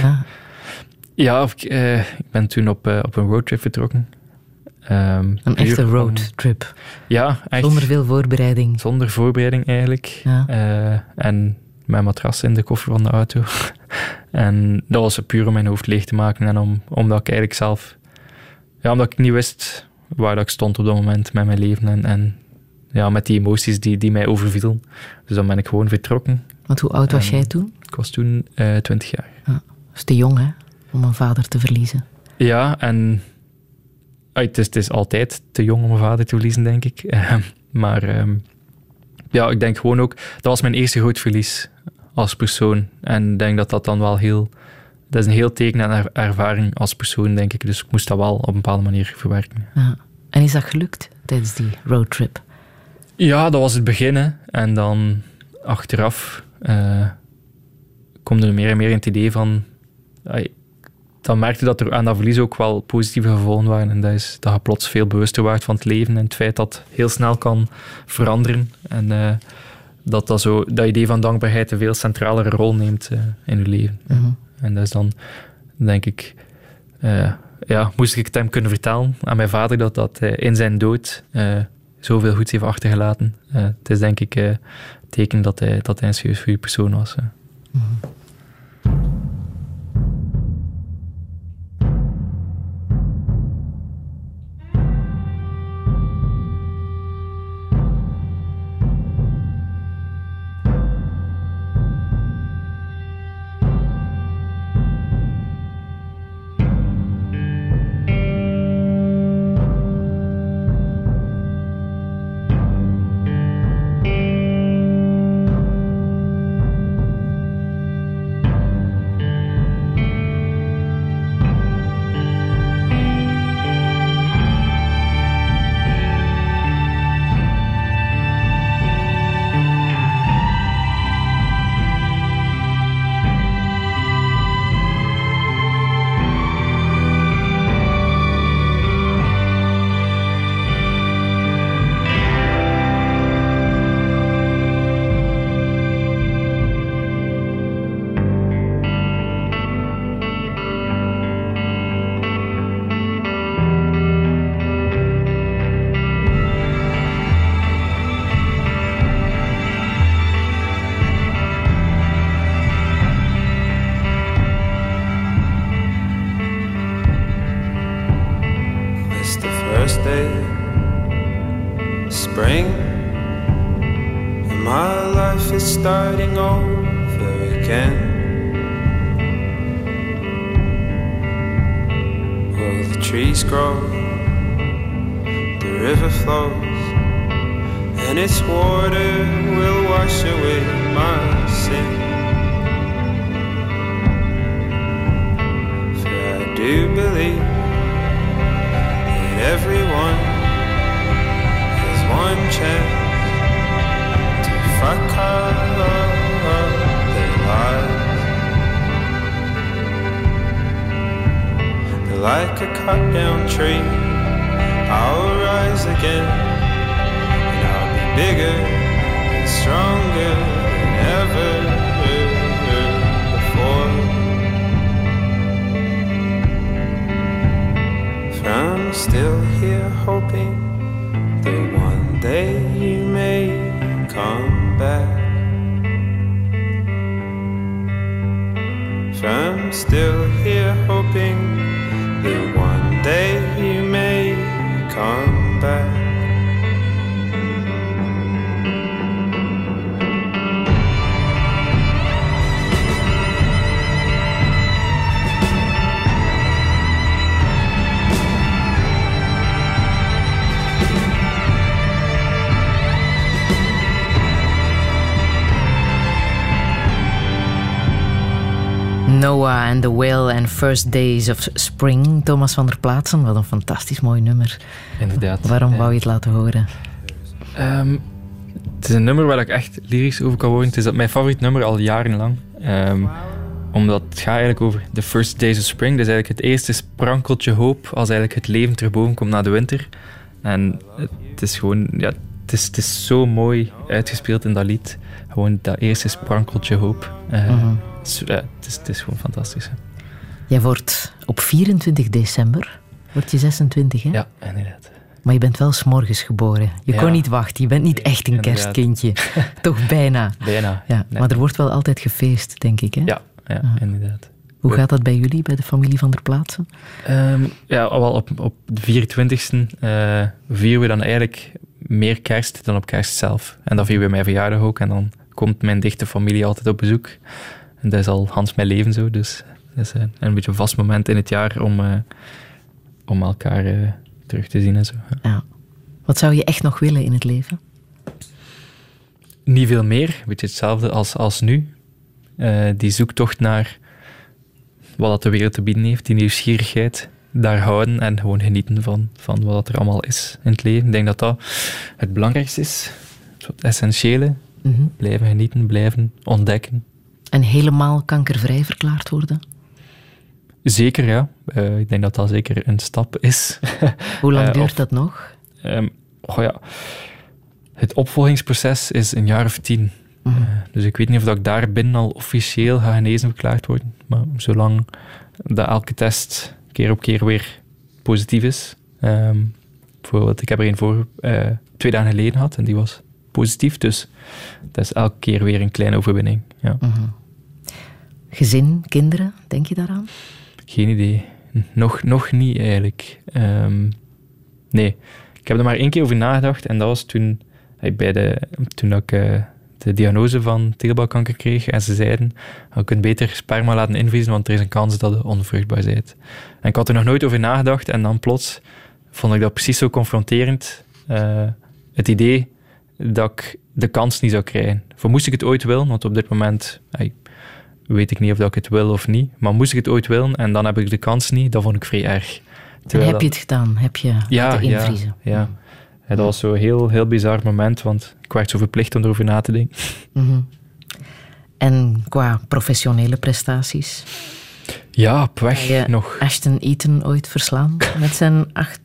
[SPEAKER 3] Ik ben toen op een roadtrip vertrokken.
[SPEAKER 2] Een echte roadtrip?
[SPEAKER 3] Ja, echt.
[SPEAKER 2] Zonder veel voorbereiding?
[SPEAKER 3] Zonder voorbereiding eigenlijk.
[SPEAKER 2] Ja.
[SPEAKER 3] En mijn matras in de koffer van de auto. En dat was puur om mijn hoofd leeg te maken en omdat ik eigenlijk zelf... Ja, omdat ik niet wist waar dat ik stond op dat moment met mijn leven en met die emoties die mij overvielen. Dus dan ben ik gewoon vertrokken.
[SPEAKER 2] Want hoe oud was jij toen?
[SPEAKER 3] Ik was toen 20 jaar.
[SPEAKER 2] Ja, dat is te jong, hè? Om een vader te verliezen.
[SPEAKER 3] Ja, en het is altijd te jong om een vader te verliezen, denk ik. Maar ik denk gewoon ook... Dat was mijn eerste groot verlies als persoon. En ik denk dat dat dan wel dat is een heel teken en ervaring als persoon, denk ik. Dus ik moest dat wel op een bepaalde manier verwerken.
[SPEAKER 2] Ja. En is dat gelukt tijdens die roadtrip?
[SPEAKER 3] Ja, dat was het begin. Hè. En dan achteraf komt er meer en meer in het idee van... Dan merkte dat er aan dat verlies ook wel positieve gevolgen waren. En dat je plots veel bewuster wordt van het leven en het feit dat het heel snel kan veranderen. En dat idee van dankbaarheid een veel centralere rol neemt in je leven.
[SPEAKER 2] Mm-hmm.
[SPEAKER 3] En dat is dan, denk ik... moest ik het hem kunnen vertellen aan mijn vader dat hij in zijn dood zoveel goeds heeft achtergelaten. Het is denk ik het teken dat hij een serieus goede persoon was.
[SPEAKER 2] Mm-hmm. Noah and the Whale and First Days of Spring. Thomas van der Plaatsen, wat een fantastisch mooi nummer.
[SPEAKER 3] Inderdaad.
[SPEAKER 2] Waarom wou je het laten horen?
[SPEAKER 3] Het is een nummer waar ik echt lyrisch over kan worden. Het is mijn favoriet nummer al jarenlang. Omdat het gaat eigenlijk over the first days of spring. Dat is eigenlijk het eerste sprankeltje hoop als eigenlijk het leven terugboven komt na de winter. En het is gewoon... Ja, het is zo mooi uitgespeeld in dat lied. Gewoon dat eerste sprankeltje hoop. Het is gewoon fantastisch. Hè.
[SPEAKER 2] Jij wordt op 24 december, word je 26, hè?
[SPEAKER 3] Ja, inderdaad.
[SPEAKER 2] Maar je bent wel 's morgens geboren. Je kon niet wachten. Je bent niet echt een kerstkindje. Toch bijna.
[SPEAKER 3] Bijna.
[SPEAKER 2] Ja, maar er wordt wel altijd gefeest, denk ik, hè?
[SPEAKER 3] Ja, inderdaad.
[SPEAKER 2] Hoe gaat dat bij jullie, bij de familie van der Plaatsen?
[SPEAKER 3] Wel op de 24e vieren we dan eigenlijk meer kerst dan op kerst zelf. En dan vieren we mijn verjaardag ook. En dan komt mijn dichte familie altijd op bezoek. En dat is al Hans mijn leven zo. Dus dat is een beetje een vast moment in het jaar om elkaar terug te zien en zo.
[SPEAKER 2] Ja. Wat zou je echt nog willen in het leven?
[SPEAKER 3] Niet veel meer. Een beetje hetzelfde als nu. Die zoektocht naar wat de wereld te bieden heeft. Die nieuwsgierigheid. Daar houden en gewoon genieten van wat er allemaal is in het leven. Ik denk dat dat het belangrijkste is. Het essentiële.
[SPEAKER 2] Mm-hmm.
[SPEAKER 3] Blijven genieten, blijven ontdekken.
[SPEAKER 2] En helemaal kankervrij verklaard worden?
[SPEAKER 3] Zeker, ja. Ik denk dat dat zeker een stap is.
[SPEAKER 2] Hoe lang duurt dat nog?
[SPEAKER 3] Het opvolgingsproces is een jaar of 10.
[SPEAKER 2] Mm-hmm.
[SPEAKER 3] Dus ik weet niet of ik daar binnen al officieel ga genezen verklaard worden. Maar zolang dat elke test keer op keer weer positief is. Bijvoorbeeld, ik heb er een voor 2 dagen geleden gehad en die was positief. Dus dat is elke keer weer een kleine overwinning. Ja.
[SPEAKER 2] Mm-hmm. Gezin, kinderen, denk je daaraan?
[SPEAKER 3] Geen idee. Nog niet eigenlijk. Nee. Ik heb er maar 1 keer over nagedacht en dat was toen ik de diagnose van teelbalkanker kreeg en ze zeiden, je kunt beter sperma laten invriezen, want er is een kans dat je onvruchtbaar bent. En ik had er nog nooit over nagedacht en dan plots vond ik dat precies zo confronterend. Het idee dat ik de kans niet zou krijgen. Voor moest ik het ooit willen, want op dit moment weet ik niet of ik het wil of niet, maar moest ik het ooit willen en dan heb ik de kans niet, dat vond ik vrij erg.
[SPEAKER 2] En heb je het gedaan? Heb je laten invriezen?
[SPEAKER 3] Ja. Ja, dat was zo'n heel bizar moment, want ik werd zo verplicht om erover na te denken.
[SPEAKER 2] Mm-hmm. En qua professionele prestaties?
[SPEAKER 3] Ja, op weg nog.
[SPEAKER 2] Ashton Eaton ooit verslaan met zijn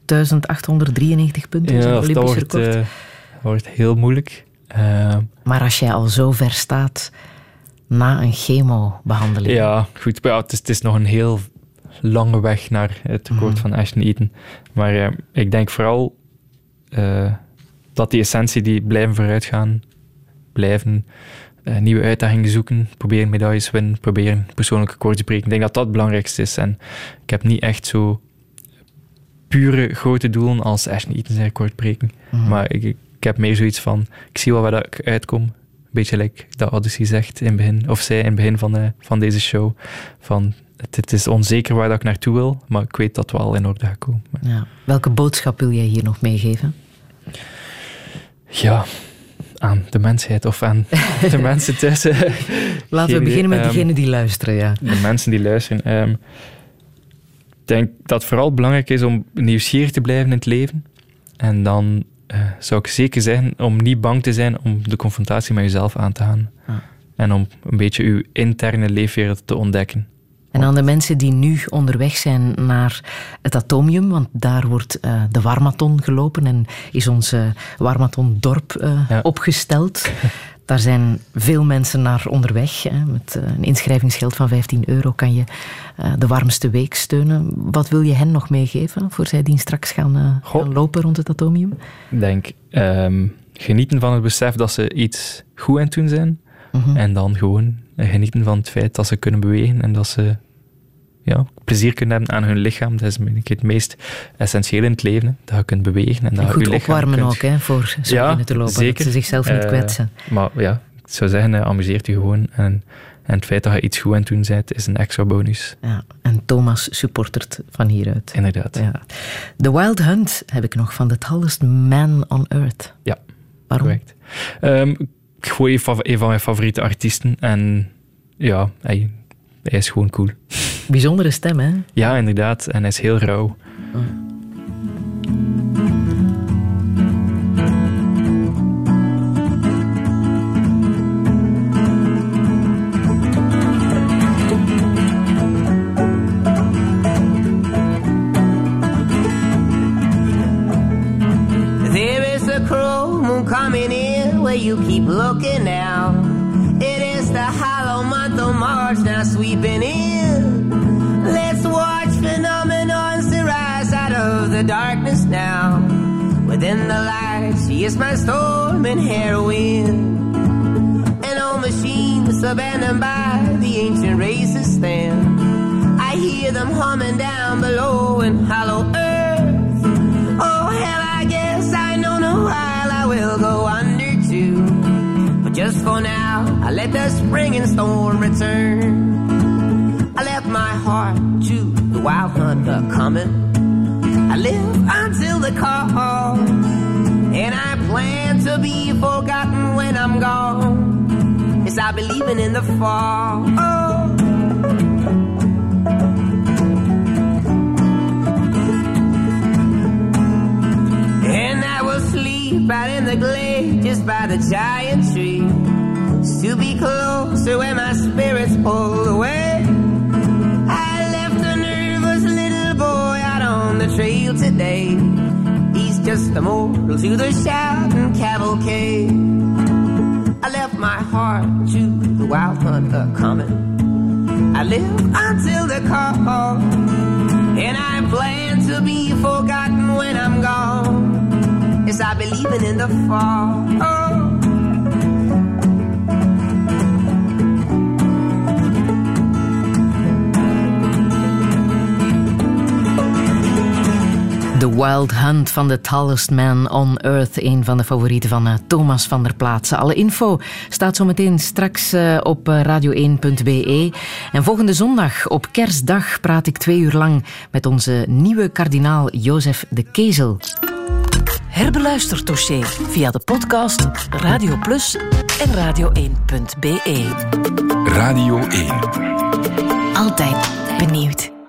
[SPEAKER 2] 8.893 punten, zijn Olympisch record?
[SPEAKER 3] Dat wordt heel moeilijk.
[SPEAKER 2] Maar als jij al zo ver staat na een chemobehandeling...
[SPEAKER 3] Ja, goed. Ja, het is nog een heel lange weg naar het record van Ashton Eaton. Maar ik denk vooral... dat die essentie die blijven vooruitgaan, blijven nieuwe uitdagingen zoeken, proberen medailles winnen, proberen persoonlijke records te breken. Ik denk dat dat het belangrijkste is. En ik heb niet echt zo pure grote doelen als Ashton Eaton zijn record breken. Maar ik heb meer zoiets van, ik zie wel waar ik uitkom. Een beetje like dat Odyssey zegt in het begin, of zij in het begin van deze show. Van, het is onzeker waar dat ik naartoe wil, maar ik weet dat het wel in orde gaat komen.
[SPEAKER 2] Ja. Welke boodschap wil jij hier nog meegeven?
[SPEAKER 3] Ja, aan de mensheid of aan de mensen tussen.
[SPEAKER 2] Laten we beginnen met degenen die luisteren. Ja.
[SPEAKER 3] De mensen die luisteren. Ik denk dat het vooral belangrijk is om nieuwsgierig te blijven in het leven. En dan zou ik zeker zeggen om niet bang te zijn om de confrontatie met jezelf aan te gaan. Ah. En om een beetje uw interne leefwereld te ontdekken.
[SPEAKER 2] En aan de mensen die nu onderweg zijn naar het Atomium, want daar wordt de Warmathon gelopen en is ons Warmathon-dorp opgesteld. Daar zijn veel mensen naar onderweg. Hè. Met een inschrijvingsgeld van €15 kan je de warmste week steunen. Wat wil je hen nog meegeven voor zij die straks gaan lopen rond het Atomium?
[SPEAKER 3] Ik denk genieten van het besef dat ze iets goed aan het doen zijn. Mm-hmm. En dan gewoon genieten van het feit dat ze kunnen bewegen en dat ze plezier kunnen hebben aan hun lichaam. Dat is het meest essentieel in het leven, hè. Dat je kunt bewegen. En dat
[SPEAKER 2] goed
[SPEAKER 3] je lichaam
[SPEAKER 2] opwarmen ook, hè, voor zo binnen te lopen.
[SPEAKER 3] Zeker.
[SPEAKER 2] Dat ze zichzelf niet kwetsen.
[SPEAKER 3] Maar ja, ik zou zeggen, amuseert u gewoon. En het feit dat je iets goed aan het doen bent, is een extra bonus.
[SPEAKER 2] Ja, en Thomas supportert van hieruit.
[SPEAKER 3] Inderdaad.
[SPEAKER 2] Ja. The Wild Hunt heb ik nog van The Tallest Man on Earth.
[SPEAKER 3] Ja.
[SPEAKER 2] Waarom?
[SPEAKER 3] Correct. Ik gooi een van mijn favoriete artiesten. En ja, hij is gewoon cool.
[SPEAKER 2] Bijzondere stem, hè?
[SPEAKER 3] Ja, inderdaad. En hij is heel rauw.
[SPEAKER 12] Coming in where you keep looking now. It is the hollow month of March now sweeping in. Let's watch phenomenons to rise out of the darkness now. Within the light, she is my storm and heroine. An old machine that's abandoned by the ancient races stand. I hear them humming down below in hollow earth. Oh hell, I guess I know no while I will go under too. But just for now, I let the spring and storm return. I left my heart to the wild hunter coming. I live until the call, and I plan to be forgotten when I'm gone. Yes, I believe in the fall. Oh. And I will sleep out in the glade just by the giant tree, to be closer when my spirits pull away. I left a nervous little boy out on the trail today. He's just a mortal to the shouting cavalcade. I left my heart to the wild hunter coming. I live until the call, and I plan to be forgotten when I'm gone. Yes, I believe in the fall. Oh.
[SPEAKER 2] The Wild Hunt van The Tallest Man on Earth. Een van de favorieten van Thomas van der Plaatse. Alle info staat zo meteen straks op radio1.be. En volgende zondag op Kerstdag praat ik 2 uur lang met onze nieuwe kardinaal Jozef de Kezel.
[SPEAKER 1] Herbeluister dossier via de podcast Radio Plus en radio1.be.
[SPEAKER 19] Radio 1.
[SPEAKER 1] Altijd benieuwd.